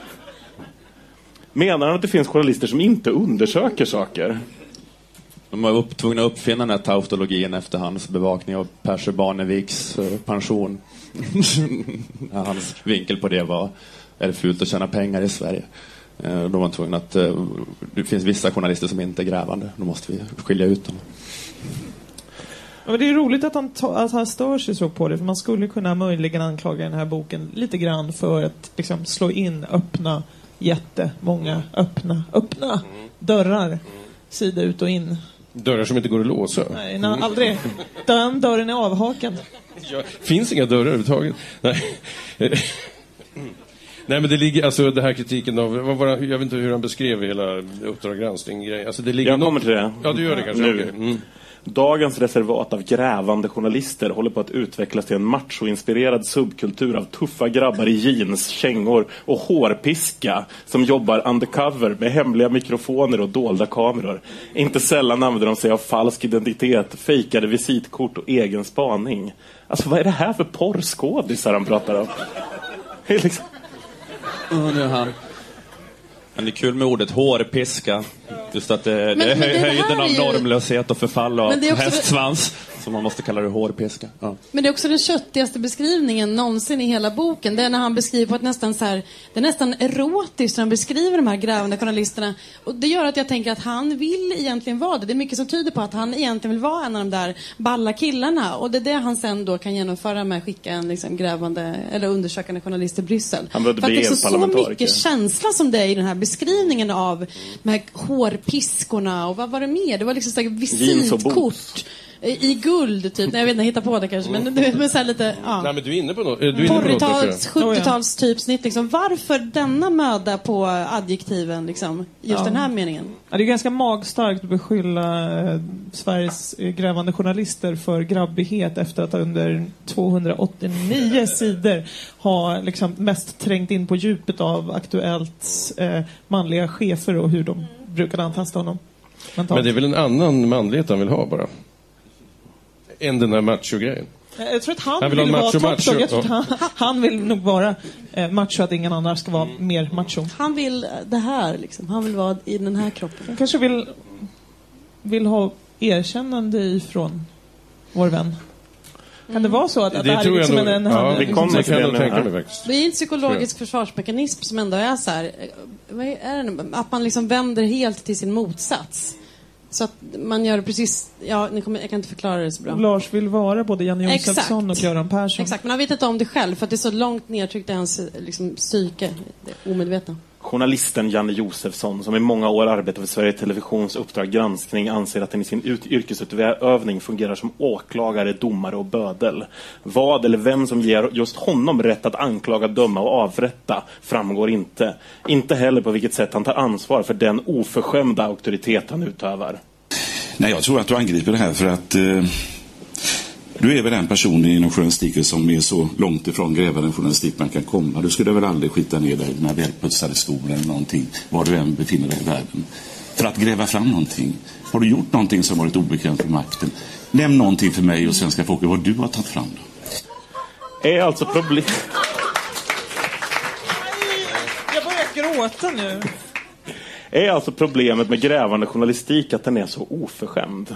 Menar han att det finns journalister som inte undersöker saker? De var tvungna att uppfinna den här tautologin efter hans bevakning av Percy Barneviks pension. Hans vinkel på det var, är det fult att tjäna pengar i Sverige? De var tvungna att det finns vissa journalister som inte är grävande. Då måste vi skilja ut dem. Ja, men det är roligt att han stör sig så på det. För man skulle kunna möjligen anklaga den här boken lite grann för att liksom slå in jättemånga öppna dörrar. Sida ut och in. Dörrar som inte går att låsa? Nej, aldrig. Den dörren är avhaken. Ja, finns inga dörrar överhuvudtaget. Nej. Nej, men det ligger, alltså det här kritiken av, jag vet inte hur han beskrev hela Uppdrag granskning-grejen. Alltså det ligger jag kommer till det. Ja, du gör det kanske. Nu. Okay. Dagens reservat av grävande journalister håller på att utvecklas till en machoinspirerad subkultur av tuffa grabbar i jeans, kängor och hårpiska som jobbar undercover med hemliga mikrofoner och dolda kameror. Inte sällan använder de sig av falsk identitet, fejkade visitkort och egen spaning. Alltså vad är det här för porrskådisar han pratar om? Liksom. Nu han är kul med ordet hårpiska. Just att det är höjden av normlöshet och förfall av hästsvans. Så man måste kalla det hårpiska. Ja. Men det är också den köttigaste beskrivningen någonsin i hela boken. Det är när han beskriver på ett nästan så här, det är nästan erotiskt när han beskriver de här grävande journalisterna. Och det gör att jag tänker att han vill egentligen vara det. Det är mycket som tyder på att han egentligen vill vara en av de där balla killarna. Och det är det han sen då kan genomföra med att skicka en liksom grävande eller undersökande journalist till Bryssel. Han behövde bli en parlamentariker. Så mycket känsla som det är i den här beskrivningen av de här hårpiskorna. Och vad var det mer? Det var liksom så här visitkort. I guld typ. Nej, jag vet inte, hitta på det kanske. Men du vet, så här lite, ja. Nej, men du är inne på något. 70-tals typsnitt liksom. Varför denna möda på adjektiven liksom? Just den här meningen. Ja, det är ganska magstarkt att beskylla Sveriges grävande journalister för grabbighet efter att under 289 sidor ha liksom mest trängt in på djupet av Aktuellt manliga chefer och hur de brukar antasta honom mentalt. Men det är väl en annan manlighet han vill ha bara? Än den här macho-grejen. Jag tror att han vill vara toppdog. Jag tror att han vill nog vara macho, att ingen annan ska vara mer macho. Han vill det här liksom. Han vill vara i den här kroppen. Han kanske vill ha erkännande ifrån vår vän. Kan det vara så att det här är liksom vi kommer till det. Det är en psykologisk försvarsmekanism som ändå är så här, vad är det nu? Att man liksom vänder helt till sin motsats. Så att man gör precis, jag kan inte förklara det så bra. Lars vill vara både Janne Josefsson och Göran Persson. Exakt, men han vet inte om det själv för att det är så långt nedtryckt i hans liksom, psyke, det omedvetna. Journalisten Janne Josefsson, som i många år arbetat för Sveriges Televisions Uppdrag granskning, anser att han i sin yrkesutövning fungerar som åklagare, domare och bödel. Vad eller vem som ger just honom rätt att anklaga, döma och avrätta framgår inte. Inte heller på vilket sätt han tar ansvar för den oförskämda auktoritet han utövar. Nej, jag tror att du angriper det här för att du är väl den personen inom journalistiken som är så långt ifrån grävande journalistik man kan komma. Du skulle väl aldrig skita ner dig i dina välputsade stolar eller någonting, var du än befinner dig i världen. För att gräva fram någonting. Har du gjort någonting som varit obekvämt för makten? Nämn någonting för mig och svenska folket vad du har tagit fram då. Är alltså problem... Jag börjar gråta nu. Är alltså problemet med grävande journalistik att den är så oförskämd?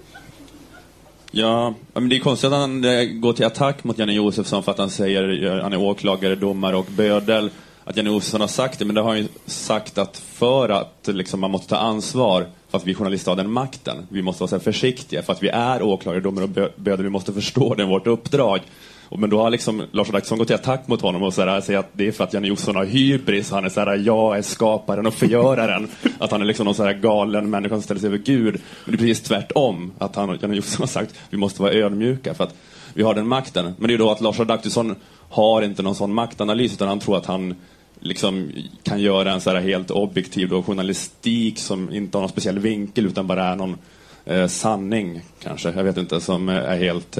Ja, men det är konstigt att han går till attack mot Janne Josefsson för att han säger han är åklagare, domare och bödel. Att Janne Josefsson har sagt det, men det har han ju sagt att för att liksom, man måste ta ansvar fast vi journalister har den makten. Vi måste vara så här försiktiga för att vi är åklagare, domare och böder. Vi måste förstå det är vårt uppdrag. Men då har liksom Lars Adaktusson gått till attack mot honom och säger att det är för att Janne Josefsson har hybris. Han är så här, jag är skaparen och förgöraren. Att han är liksom någon så här galen människa som ställer sig över Gud. Men det är precis tvärtom. Att Janne Josefsson har sagt vi måste vara ödmjuka för att vi har den makten. Men det är då att Lars Adaktusson har inte någon sån maktanalys, utan han tror att han liksom kan göra en så här helt objektiv då, journalistik som inte har någon speciell vinkel utan bara är någon sanning kanske, jag vet inte, som är helt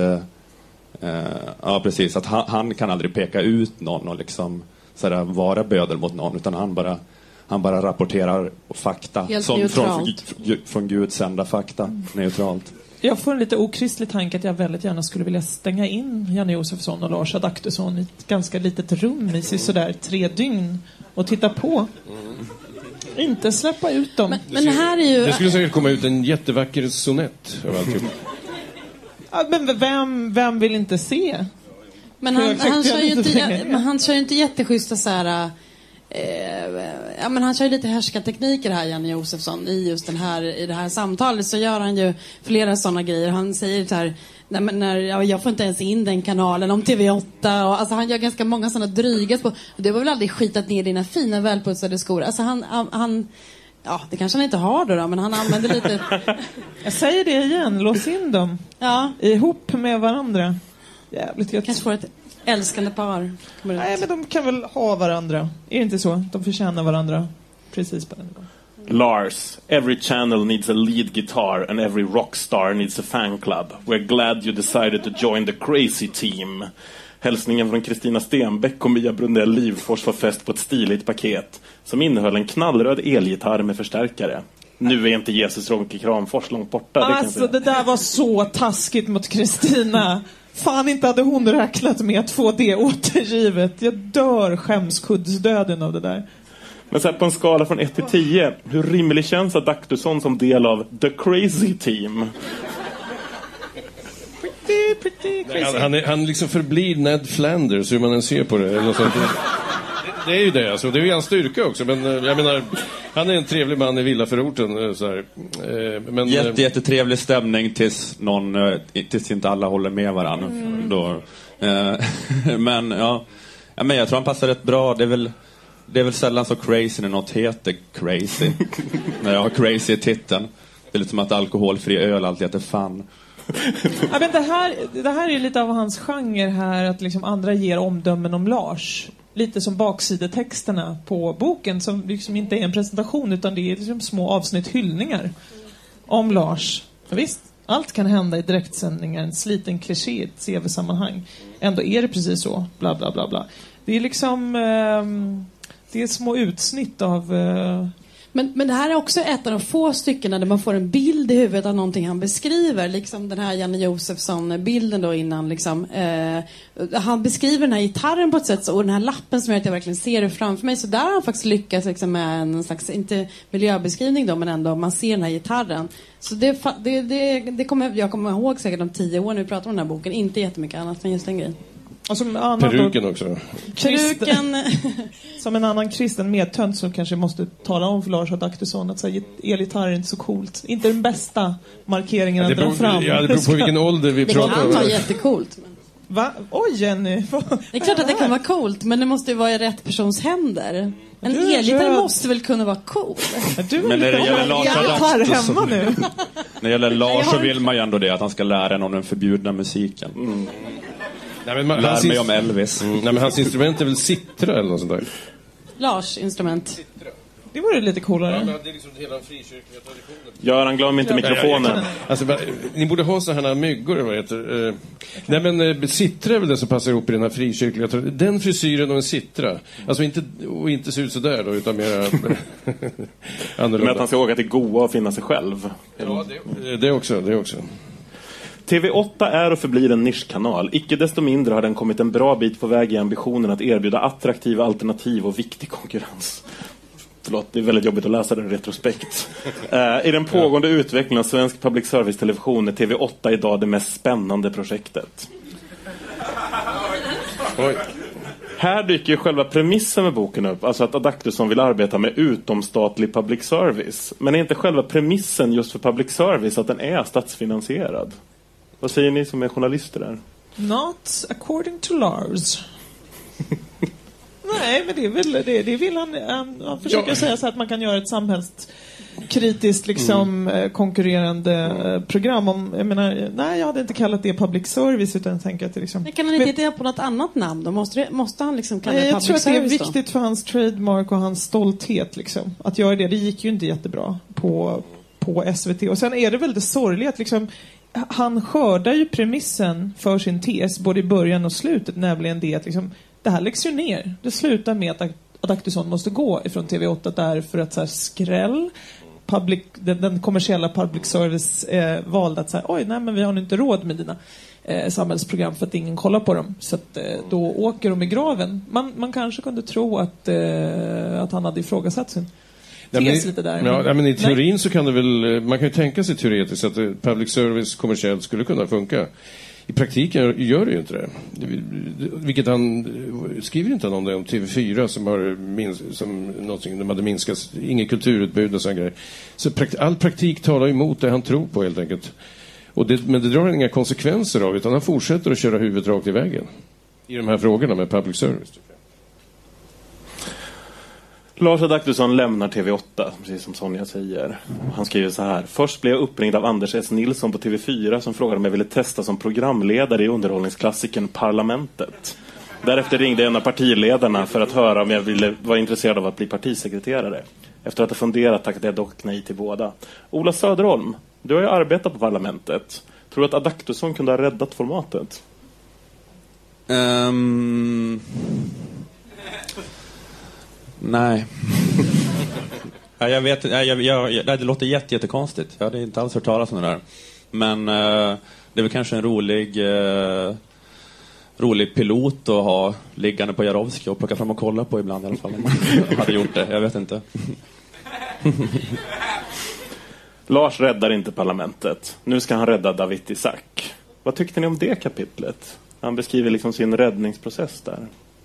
ja precis, att han kan aldrig peka ut någon och liksom så här, vara bödel mot någon, utan han bara rapporterar fakta helt som från Gud sända fakta, neutralt. Jag får en lite okristlig tanke att jag väldigt gärna skulle vilja stänga in Janne Josefsson och Lars Adaktusson i ett ganska litet rum i sådär 3 dygn och titta på. Inte släppa ut dem. Men här är ju... Det skulle säkert komma ut en jättevacker sonett av alltihop. Ja, men vem vill inte se? Men han kör ju inte jätteschyssta så här... ja, men han kör ju lite härskartekniker här, Janne Josefsson, i just i det här samtalet så gör han ju flera sådana grejer. Han säger så här, jag får inte ens in den kanalen om TV8 och alltså han gör ganska många sådana dryga spår. Du har väl aldrig skitat ner dina fina välputsade skor. Alltså han ja, det kanske han inte har då, men han använder lite... Jag säger det igen, lås in dem. Ja. Ihop med varandra. Jävligt gött. Kanske får ett älskande par. Nej, men de kan väl ha varandra. Är det inte så? De förtjänar varandra. Precis på den nivån. Lars, every channel needs a lead guitar and every rockstar needs a fan club. We're glad you decided to join the crazy team. Hälsningen från Kristina Stenbeck och Mia Brunell Livfors var fest på ett stiligt paket som innehöll en knallröd elgitarr med förstärkare. Nu är inte Jesus Ronke Kramfors långt borta. Alltså det där var så taskigt mot Kristina. Fan, inte hade hon räknat med att få det återgivet. Jag dör skämskuddsdöden av det där. Men så här, på en skala från 1 till 10, hur rimlig känns Adaktusson som del av The Crazy Team? Pretty crazy. Han liksom förblir Ned Flanders, hur man än ser på det. Eller något sånt. Det är ju det, alltså. Det är ju hans styrka också. Men jag menar, han är en trevlig man i villaförorten. Så här. Men, jättetrevlig stämning tills inte alla håller med varandra. Då, men ja, men jag tror han passar rätt bra. Det är väl sällan så crazy när något heter crazy. När jag har crazy i titeln. Det är lite som att alkoholfri öl alltid heter fan. Ja, men det här är lite av hans genre här, att liksom andra ger omdömen om Lars. Lite som baksidetexterna på boken som liksom inte är en presentation utan det är liksom små avsnitt hyllningar om Lars. För visst, allt kan hända i direktsändningar, en sliten kliché i ett CV-sammanhang. Ändå är det precis så, bla bla bla bla. Det är liksom det är små utsnitt av... Men det här är också ett av de få styckena där man får en bild i huvudet av någonting han beskriver. Liksom den här Janne Josefsson-bilden då innan. Liksom, han beskriver den här gitarren på ett sätt och den här lappen som gör att jag verkligen ser det framför mig. Så där har han faktiskt lyckats liksom, med en slags, inte miljöbeskrivning då, men ändå man ser den här gitarren. Så det kommer jag kommer ihåg säkert om 10 år när vi pratar om den här boken. Inte jättemycket annat men just en grej. Alltså, peruken också. Peruken. Som en annan kristen medtönt så kanske måste tala om för Lars Adaktusson att elgitarr är inte så coolt. Inte den bästa markeringen att dra fram. Ja, det beror på vilken ålder vi pratar om. Det kan vara jättecoolt. Va? Oj, Jenny. Det är klart att det kan vara coolt, men det måste ju vara i rätt persons händer. En elgitarr måste väl kunna vara cool. Men när det gäller Lars så vill man ju ändå det att han ska lära en om den förbjudna musiken. Nej, men lär mig om Elvis. Nej, men hans instrument är väl citra eller något sånt där. Lars instrument. Det vore lite coolare. Ja, men det är liksom hela frikyrkliga traditionen. Göran, glöm inte mikrofonen. Alltså, ni borde ha så här myggor, vad heter. Nej, men citra är väl det som passar ihop i den här frikyrkliga traditionen. Den frisyren och en citra. Alltså inte se ut så där då, utan mer annorlunda. Men att han ska åka till Goa och finna sig själv. Ja, det också. TV8 är och förblir en nischkanal. Icke desto mindre har den kommit en bra bit på väg i ambitionen att erbjuda attraktiva alternativ och viktig konkurrens. Förlåt, det är väldigt jobbigt att läsa den retrospekt. I den pågående utvecklingen av svensk public service-television är TV8 idag det mest spännande projektet. Oj. Här dyker ju själva premissen med boken upp, alltså att Adaktusson vill arbeta med utomstatlig public service. Men är inte själva premissen just för public service att den är statsfinansierad? Vad säger ni som är journalister där? Not according to Lars. Nej, men det vill han försöker säga så att man kan göra ett samhällskritiskt liksom konkurrerande program. Jag menar, nej, jag hade inte kallat det public service, utan jag tänker att det liksom... Men kan han inte hitta på något annat namn då? Måste han liksom kalla det public service? Jag tror att det är då? viktigt för hans trademark och hans stolthet liksom, att göra det. Det gick ju inte jättebra på SVT. Och sen är det väldigt sorgligt att liksom, han skördar ju premissen för sin tes både i början och slutet, nämligen det att liksom, det här läggs ju ner. Det slutar med att Adaktusson måste gå ifrån TV8 därför att så här, skräll den kommersiella public service valde att säga, oj, nej, men vi har inte råd med dina samhällsprogram för att ingen kollar på dem. Så att, då åker de i graven. Man kanske kunde tro att han hade ifrågasatt sin tes lite där. Ja, men i teorin så kan det väl, man kan ju tänka sig teoretiskt att public service kommersiellt skulle kunna funka. I praktiken gör det ju inte det. Vilket han skriver inte om det om TV4 som har som någonting, de hade minskat inget kulturutbud och sådana grejer. Så all praktik talar emot det han tror på helt enkelt. Men det drar inga konsekvenser av, utan han fortsätter att köra huvudet rakt i vägen i de här frågorna med public service. Lars Adaktusson lämnar TV8, precis som Sonja säger. Han skriver så här: först blev jag uppringd av Anders S. Nilsson på TV4 som frågade om jag ville testa som programledare i underhållningsklassiken Parlamentet. Därefter ringde en av partiledarna för att höra om jag var intresserad av att bli partisekreterare. Efter att ha funderat tackade jag dock nej till båda. Ola Söderholm, du har ju arbetat på Parlamentet. Tror du att Adaktusson kunde ha räddat formatet? Nej. Jag vet, det låter jättekonstigt. Jag hade inte alls hört talas om det där. Men det är väl kanske en rolig pilot att ha liggande på Jarowski och plocka fram och kolla på ibland i alla fall. Om man hade gjort det, jag vet inte. Lars räddar inte Parlamentet. Nu ska han rädda David Isaac. Vad tyckte ni om det kapitlet? Han beskriver liksom sin räddningsprocess där.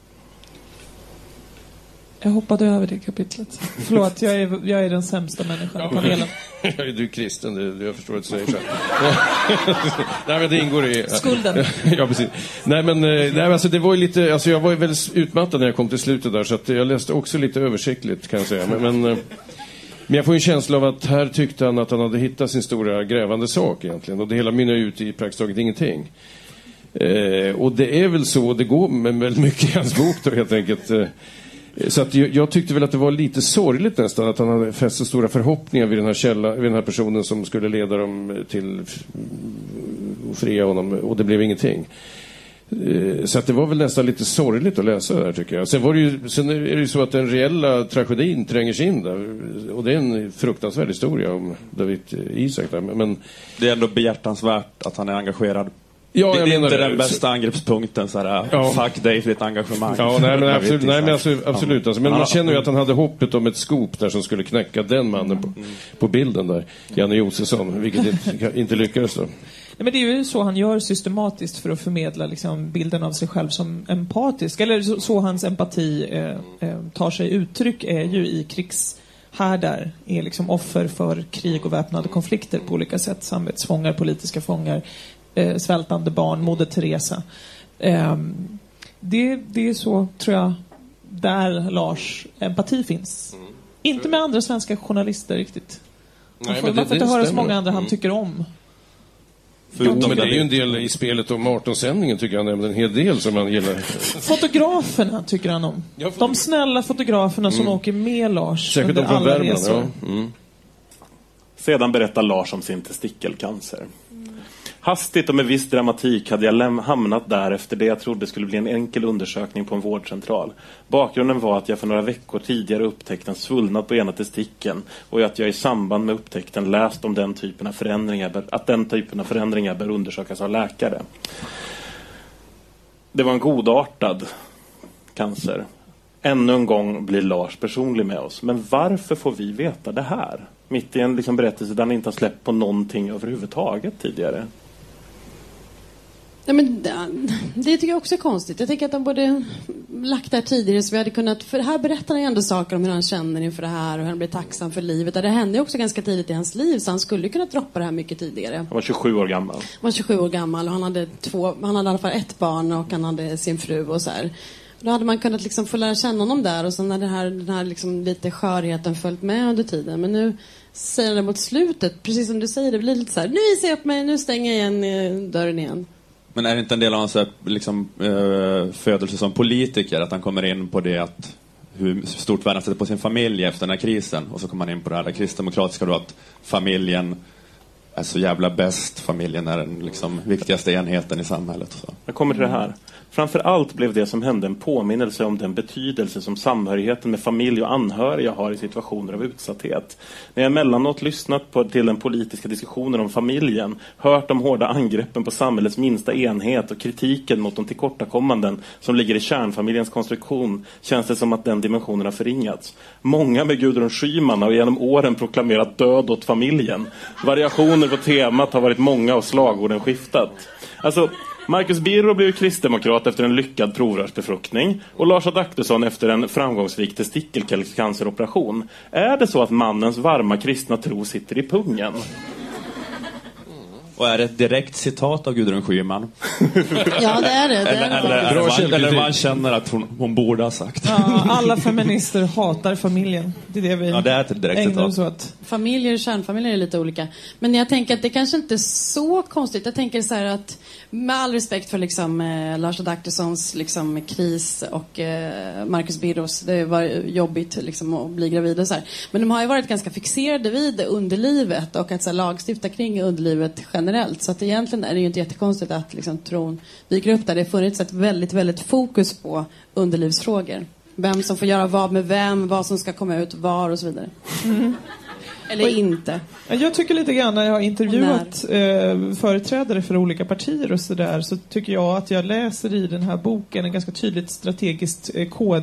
Jag hoppade över det kapitlet. Förlåt, jag är den sämsta människan i panelen. Är du kristen? Jag förstår att du säger så. Nej, men det ingår i... Skulden. Ja, precis. Nej, men alltså, det var ju lite... Alltså, jag var ju väldigt utmattad när jag kom till slutet där, så att jag läste också lite översiktligt, kan jag säga. Men jag får ju en känsla av att här tyckte han att han hade hittat sin stora grävande sak egentligen. Och det hela mynnar ut i praktiskt taget ingenting. Och det är väl så, det går med väldigt mycket i hans bok då, helt enkelt. Så att jag tyckte väl att det var lite sorgligt nästan att han hade fäst så stora förhoppningar vid den här personen som skulle leda dem till att fria honom, och det blev ingenting. Så att det var väl nästan lite sorgligt att läsa det här, tycker jag. Sen är det ju så att den reella tragedin tränger sig in där, och det är en fruktansvärd historia om David Isaac där, men det är ändå behjärtansvärt att han är engagerad. Ja, det är inte den bästa angreppspunkten fuck dig för ditt engagemang. Ja, nej, men absolut. Alltså, men man känner ju att han hade hoppet om ett skop där som skulle knäcka den mannen på bilden där, Janne Josefsson, vilket inte lyckades då. Nej, men det är ju så han gör systematiskt för att förmedla liksom, bilden av sig själv som empatisk. Eller så hans empati tar sig uttryck är ju i krigshärdar, är liksom offer för krig och väpnade konflikter på olika sätt. Samvetsfångar, politiska fångar, svältande barn, Moder Teresa. Det är så, tror jag, där Lars empati finns. Inte med andra svenska journalister riktigt. Man får inte höra så många andra han tycker om. Men det är ju en del i spelet om 18-sändningen, tycker jag, nämligen en hel del som man gillar. Fotograferna tycker han om. De snälla fotograferna som åker med Lars. Säkert de från Värmland, ja. Sedan berättar Lars om sin testikelcancer. Hastigt och med viss dramatik hade jag hamnat där efter det jag trodde skulle bli en enkel undersökning på en vårdcentral. Bakgrunden var att jag för några veckor tidigare upptäckt en svullnad på ena testikeln, och att jag i samband med upptäckten läst om den typen av förändringar bör undersökas av läkare. Det var en godartad cancer. Ännu en gång blir Lars personlig med oss. Men varför får vi veta det här? Mitt i en berättelse där han inte har släppt på någonting överhuvudtaget tidigare. Nej, men det tycker jag också är konstigt. Jag tänker att de borde lagt där tidigare så vi hade kunnat... För här berättar han ju ändå saker om hur han känner inför det här och hur han blir tacksam för livet. Det hände ju också ganska tidigt i hans liv så han skulle kunna droppa det här mycket tidigare. Han var 27 år gammal. Han var 27 år gammal och han hade i alla fall ett barn och han hade sin fru och så här. Då hade man kunnat liksom få lära känna honom där och sen när den här liksom lite skörheten följt med under tiden. Men nu säger han det mot slutet, precis som du säger, det blir lite så här: nu visar jag upp mig, nu stänger jag igen dörren igen. Men är det inte en del av hans liksom, födelse som politiker att han kommer in på det att hur stort värde han sätter på sin familj efter den här krisen och så kommer han in på det här kristdemokratiska då att familjen är så jävla bäst, familjen är den liksom viktigaste enheten i samhället och så. Jag kommer till det här. Framför allt blev det som hände en påminnelse om den betydelse som samhörigheten med familj och anhöriga har i situationer av utsatthet. När jag emellanåt lyssnat till den politiska diskussionen om familjen, hört de hårda angreppen på samhällets minsta enhet och kritiken mot de tillkortakommanden som ligger i kärnfamiljens konstruktion, känns det som att den dimensionen har förringats. Många med Gudrun Schyman har genom åren proklamerat död åt familjen. Variationer på temat har varit många och slagorden skiftat. Alltså, Marcus Birro blev kristdemokrat efter en lyckad provrörsbefruktning och Lars Adaktusson efter en framgångsrik testikelcanceroperation. Är det så att mannens varma kristna tro sitter i pungen? Och är det ett direkt citat av Gudrun Schyman? Ja, det är det. Eller man känner att hon borde ha sagt. Ja, alla feminister hatar familjen. Det är det vi det är ett direkt citat. Så att... Familjer och kärnfamiljer är lite olika. Men jag tänker att det kanske inte är så konstigt. Jag tänker så här att med all respekt för liksom, Lars Adaktussons liksom, kris och Marcus Birros, det var jobbigt liksom, att bli gravid och så här. Men de har ju varit ganska fixerade vid underlivet och att så här, lagstifta kring underlivet generellt. Så att egentligen är det ju inte jättekonstigt att liksom, tron dyker upp där. Det har funnits ett väldigt, väldigt fokus på underlivsfrågor. Vem som får göra vad med vem, vad som ska komma ut, var och så vidare. Mm. Eller inte. Jag tycker lite grann när jag har intervjuat företrädare för olika partier och sådär, så tycker jag att jag läser i den här boken en ganska tydligt strategiskt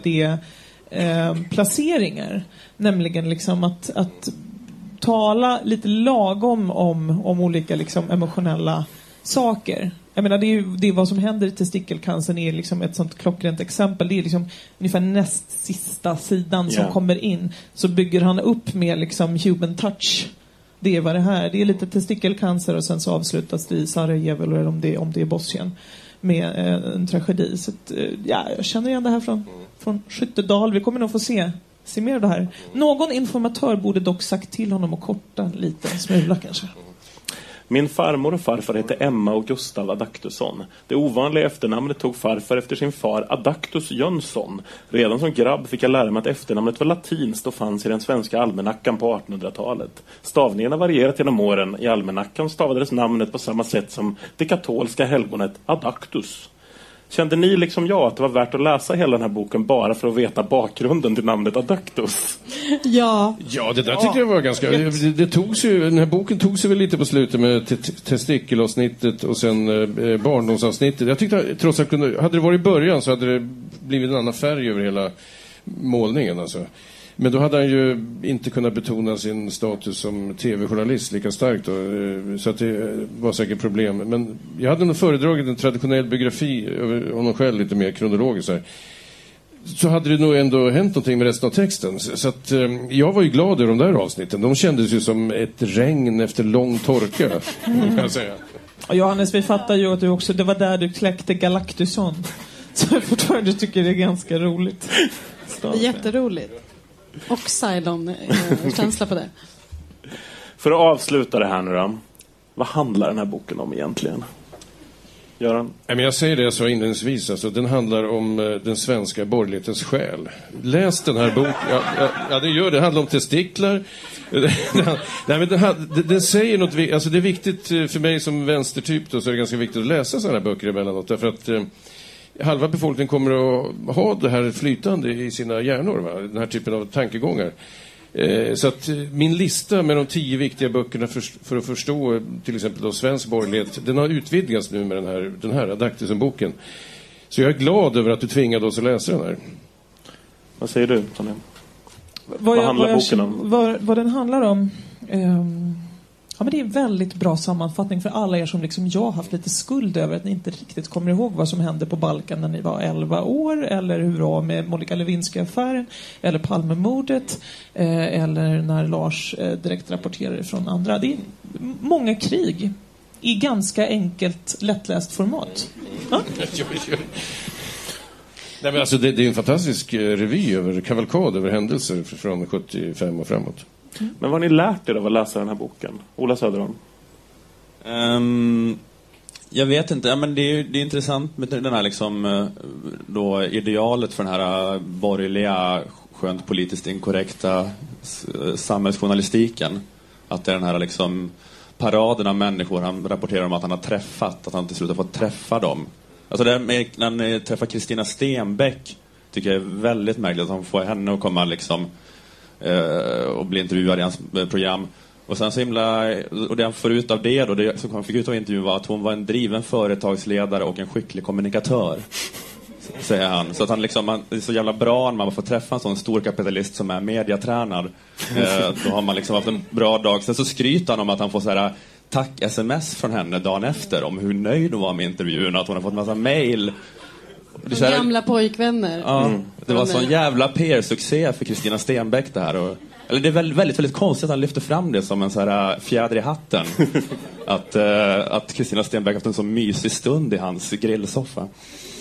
KD-placeringar. Nämligen liksom att tala lite lagom om olika liksom emotionella saker. Jag menar, det är vad som händer i testikelcancern är liksom ett sånt klockrent exempel. Det är liksom ungefär näst sista sidan som kommer in. Så bygger han upp med liksom human touch. Det är vad det här. Det är lite testikelcancer och sen så avslutas det i Sarajevo eller om det är Bosnien med en tragedi. Så att, jag känner igen det här från Skyttedal. Vi kommer nog få se mer av det här. Någon informatör borde dock sagt till honom att korta lite en smula kanske. Min farmor och farfar hette Emma och Gustav Adaktusson. Det ovanliga efternamnet tog farfar efter sin far Adaktus Jönsson. Redan som grabb fick jag lära mig att efternamnet var latinskt och fanns i den svenska almanackan på 1800-talet. Stavningen har varierat genom åren. I almanackan stavades namnet på samma sätt som det katolska helgonet Adaktus. Kände ni liksom jag att det var värt att läsa hela den här boken bara för att veta bakgrunden till namnet Adaktus? Ja. Ja, det där tyckte jag var ganska... Det togs ju, den här boken tog sig väl lite på slutet med testikelavsnittet och sen barndomsavsnittet. Jag tyckte trots att hade det varit i början så hade det blivit en annan färg över hela målningen alltså. Men då hade han ju inte kunnat betona sin status som tv-journalist lika starkt då, så att det var säkert problem. Men jag hade nog föredragit en traditionell biografi över honom själv lite mer kronologiskt här. Så hade det nog ändå hänt någonting med resten av texten. Så att jag var ju glad över de där avsnitten. De kändes ju som ett regn efter lång torka, kan jag säga. Johannes, vi fattar ju att du också, det var där du kläckte Galactusson. Så jag fortfarande tycker det är ganska roligt. Det är jätteroligt. Och Cylon-känsla på det. För att avsluta det här nu då. Vad handlar den här boken om egentligen? Göran? Jag säger det jag sa inledningsvis. Alltså, den handlar om den svenska borgerlighetens själ. Läs den här boken. Ja, det gör det. Det handlar om testiklar. Nej, men den säger något. Alltså, det är viktigt för mig som vänstertyp då, så är det ganska viktigt att läsa sådana här böcker emellanåt. Därför att halva befolkningen kommer att ha det här flytande i sina hjärnor, va? Den här typen av tankegångar. Så att min lista med de 10 viktiga böckerna för att förstå till exempel då svensk borgerlighet, den har utvidgats nu med den här Adaktusson-boken. Så jag är glad över att du tvingade oss att läsa den här. Vad säger du, Sonja? Vad handlar boken om? Vad den handlar om? Ja, men det är en väldigt bra sammanfattning för alla er som liksom jag har haft lite skuld över att ni inte riktigt kommer ihåg vad som hände på Balkan när ni var 11 år, eller hur det var med Monica Lewinsky-affären, eller Palmemordet, eller när Lars direkt rapporterar från andra. Det är många krig i ganska enkelt, lättläst format. Ja? Nej, men alltså det är en fantastisk revy över kavalkad över händelser från 75 och framåt. Men vad har ni lärt er av att läsa den här boken? Ola Söderholm? Jag vet inte. Ja, men det är intressant med den här liksom, då idealet för den här borgerliga, skönt politiskt inkorrekta samhällsjournalistiken. Att det är den här liksom paraden av människor han rapporterar om att han har träffat, att han till slut har fått träffa dem. Alltså det med, när han träffar Kristina Stenbeck tycker jag är väldigt märkligt att han får henne att komma liksom och bli intervjuad i hans program. Och sen så och det han får ut av det då, det som han fick ut av intervjun var att hon var en driven företagsledare och en skicklig kommunikatör, säger han. Så att han liksom, det är så jävla bra när man får träffa en sån stor kapitalist som är mediatränad. Då har man liksom haft en bra dag. Sen så skryter han om att han får så här tack-sms från henne dagen efter om hur nöjd hon var med intervjun, att hon har fått massa mejl. Gamla pojkvänner. Ja, det var sån jävla PR-succé för Kristina Stenbeck det här. Eller det är väldigt, väldigt konstigt att han lyfter fram det som en så här fjäder i hatten. Att Kristina Stenbeck haft en så mysig stund i hans grillsoffa.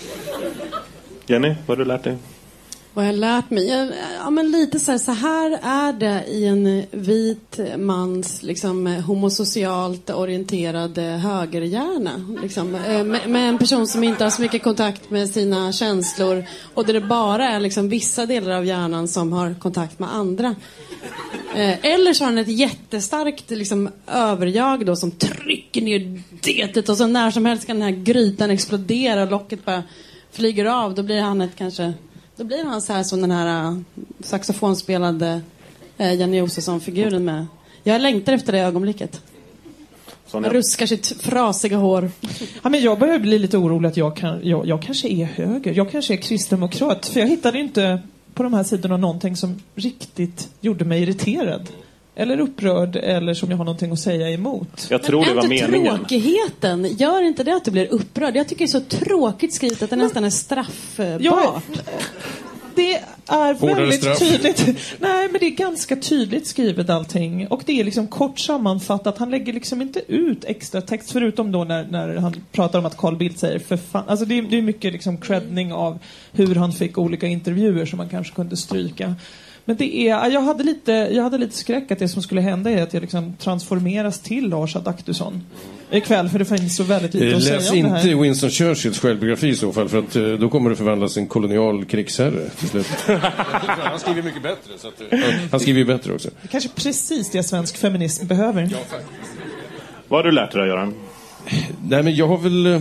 Jenny, vad har du lärt dig? Vad jag har lärt mig? Ja, men lite så här är det i en vit mans liksom, homosocialt orienterad högerhjärna. Liksom, med en person som inte har så mycket kontakt med sina känslor och där det bara är liksom, vissa delar av hjärnan som har kontakt med andra. Eller så har han ett jättestarkt liksom, överjag då, som trycker ner detet och så när som helst kan den här grytan explodera och locket bara flyger av. Då blir han så här som den här saxofonspelade Janne Josefsson-figuren med. Jag längtar efter det ögonblicket. Han ruskar sitt frasiga hår. Ja, men jag börjar bli lite orolig att jag kanske är höger. Jag kanske är kristdemokrat. För jag hittade inte på de här sidorna någonting som riktigt gjorde mig irriterad. Eller upprörd, eller som jag har någonting att säga emot. Jag tror det var meningen. Tråkigheten, gör inte det att du blir upprörd? Jag tycker det är så tråkigt skrivet att det nästan är straffbart. Ja, det är väldigt tydligt. Nej, men det är ganska tydligt skrivet allting. Och det är liksom kort sammanfattat. Han lägger liksom inte ut extra text, förutom då när han pratar om att Carl Bildt säger för fan. Alltså det är mycket liksom creddning av hur han fick olika intervjuer som man kanske kunde stryka. Men det är, jag hade lite skräck att det som skulle hända är att jag liksom transformeras till Lars Adaktusson ikväll, för det finns så väldigt lite att säga om det här. Läs inte Winston Churchills självbiografi i så fall, för att då kommer det förvandlas en kolonial krigsherre till slut. Han skriver mycket bättre. Så att, han skriver ju bättre också. Det är kanske precis det svensk feminism behöver. Ja, vad har du lärt dig då, Göran? Nej, men jag har väl...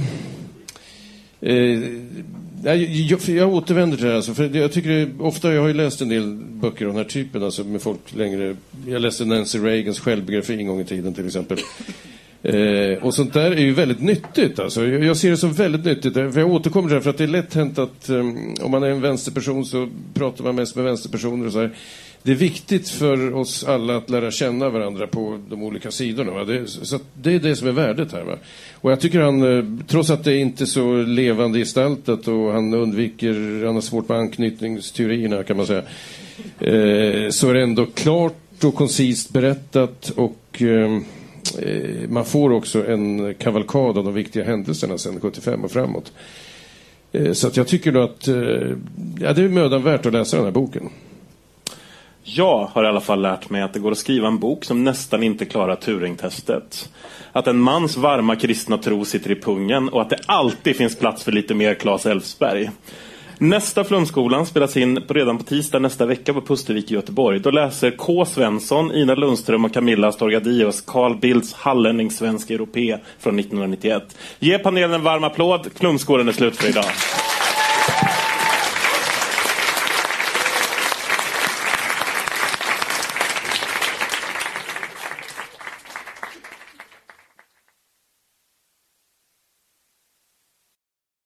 Jag återvänder till det här, alltså, för jag tycker ofta, jag har ju läst en del böcker av den här typen, alltså med folk längre. Jag läste Nancy Reagans självbiografi en gång i tiden till exempel. Och sånt där är ju väldigt nyttigt, alltså. Jag ser det som väldigt nyttigt, för jag återkommer till det, för att det är lätt hänt att om man är en vänsterperson så pratar man mest med vänsterpersoner och så här. Det är viktigt för oss alla att lära känna varandra på de olika sidorna. Va? Så det är det som är värdet här. Va? Och jag tycker han, trots att det är inte så levande gestaltat och han har svårt med anknytningsteorierna kan man säga, så är det ändå klart och koncist berättat, och man får också en kavalkad av de viktiga händelserna sedan 75 och framåt. Så att jag tycker då att det är mödan värt att läsa den här boken. Jag har i alla fall lärt mig att det går att skriva en bok som nästan inte klarar Turing-testet. Att en mans varma kristna tro sitter i pungen och att det alltid finns plats för lite mer Claes Elfsberg. Nästa Flumskolan spelas in redan på tisdag nästa vecka på Pustervik i Göteborg. Då läser K. Svensson, Ina Lundström och Camilla Storgadius Carl Bildts Hallänning svensk europé från 1991. Ge panelen en varm applåd. Flumskolan är slut för idag.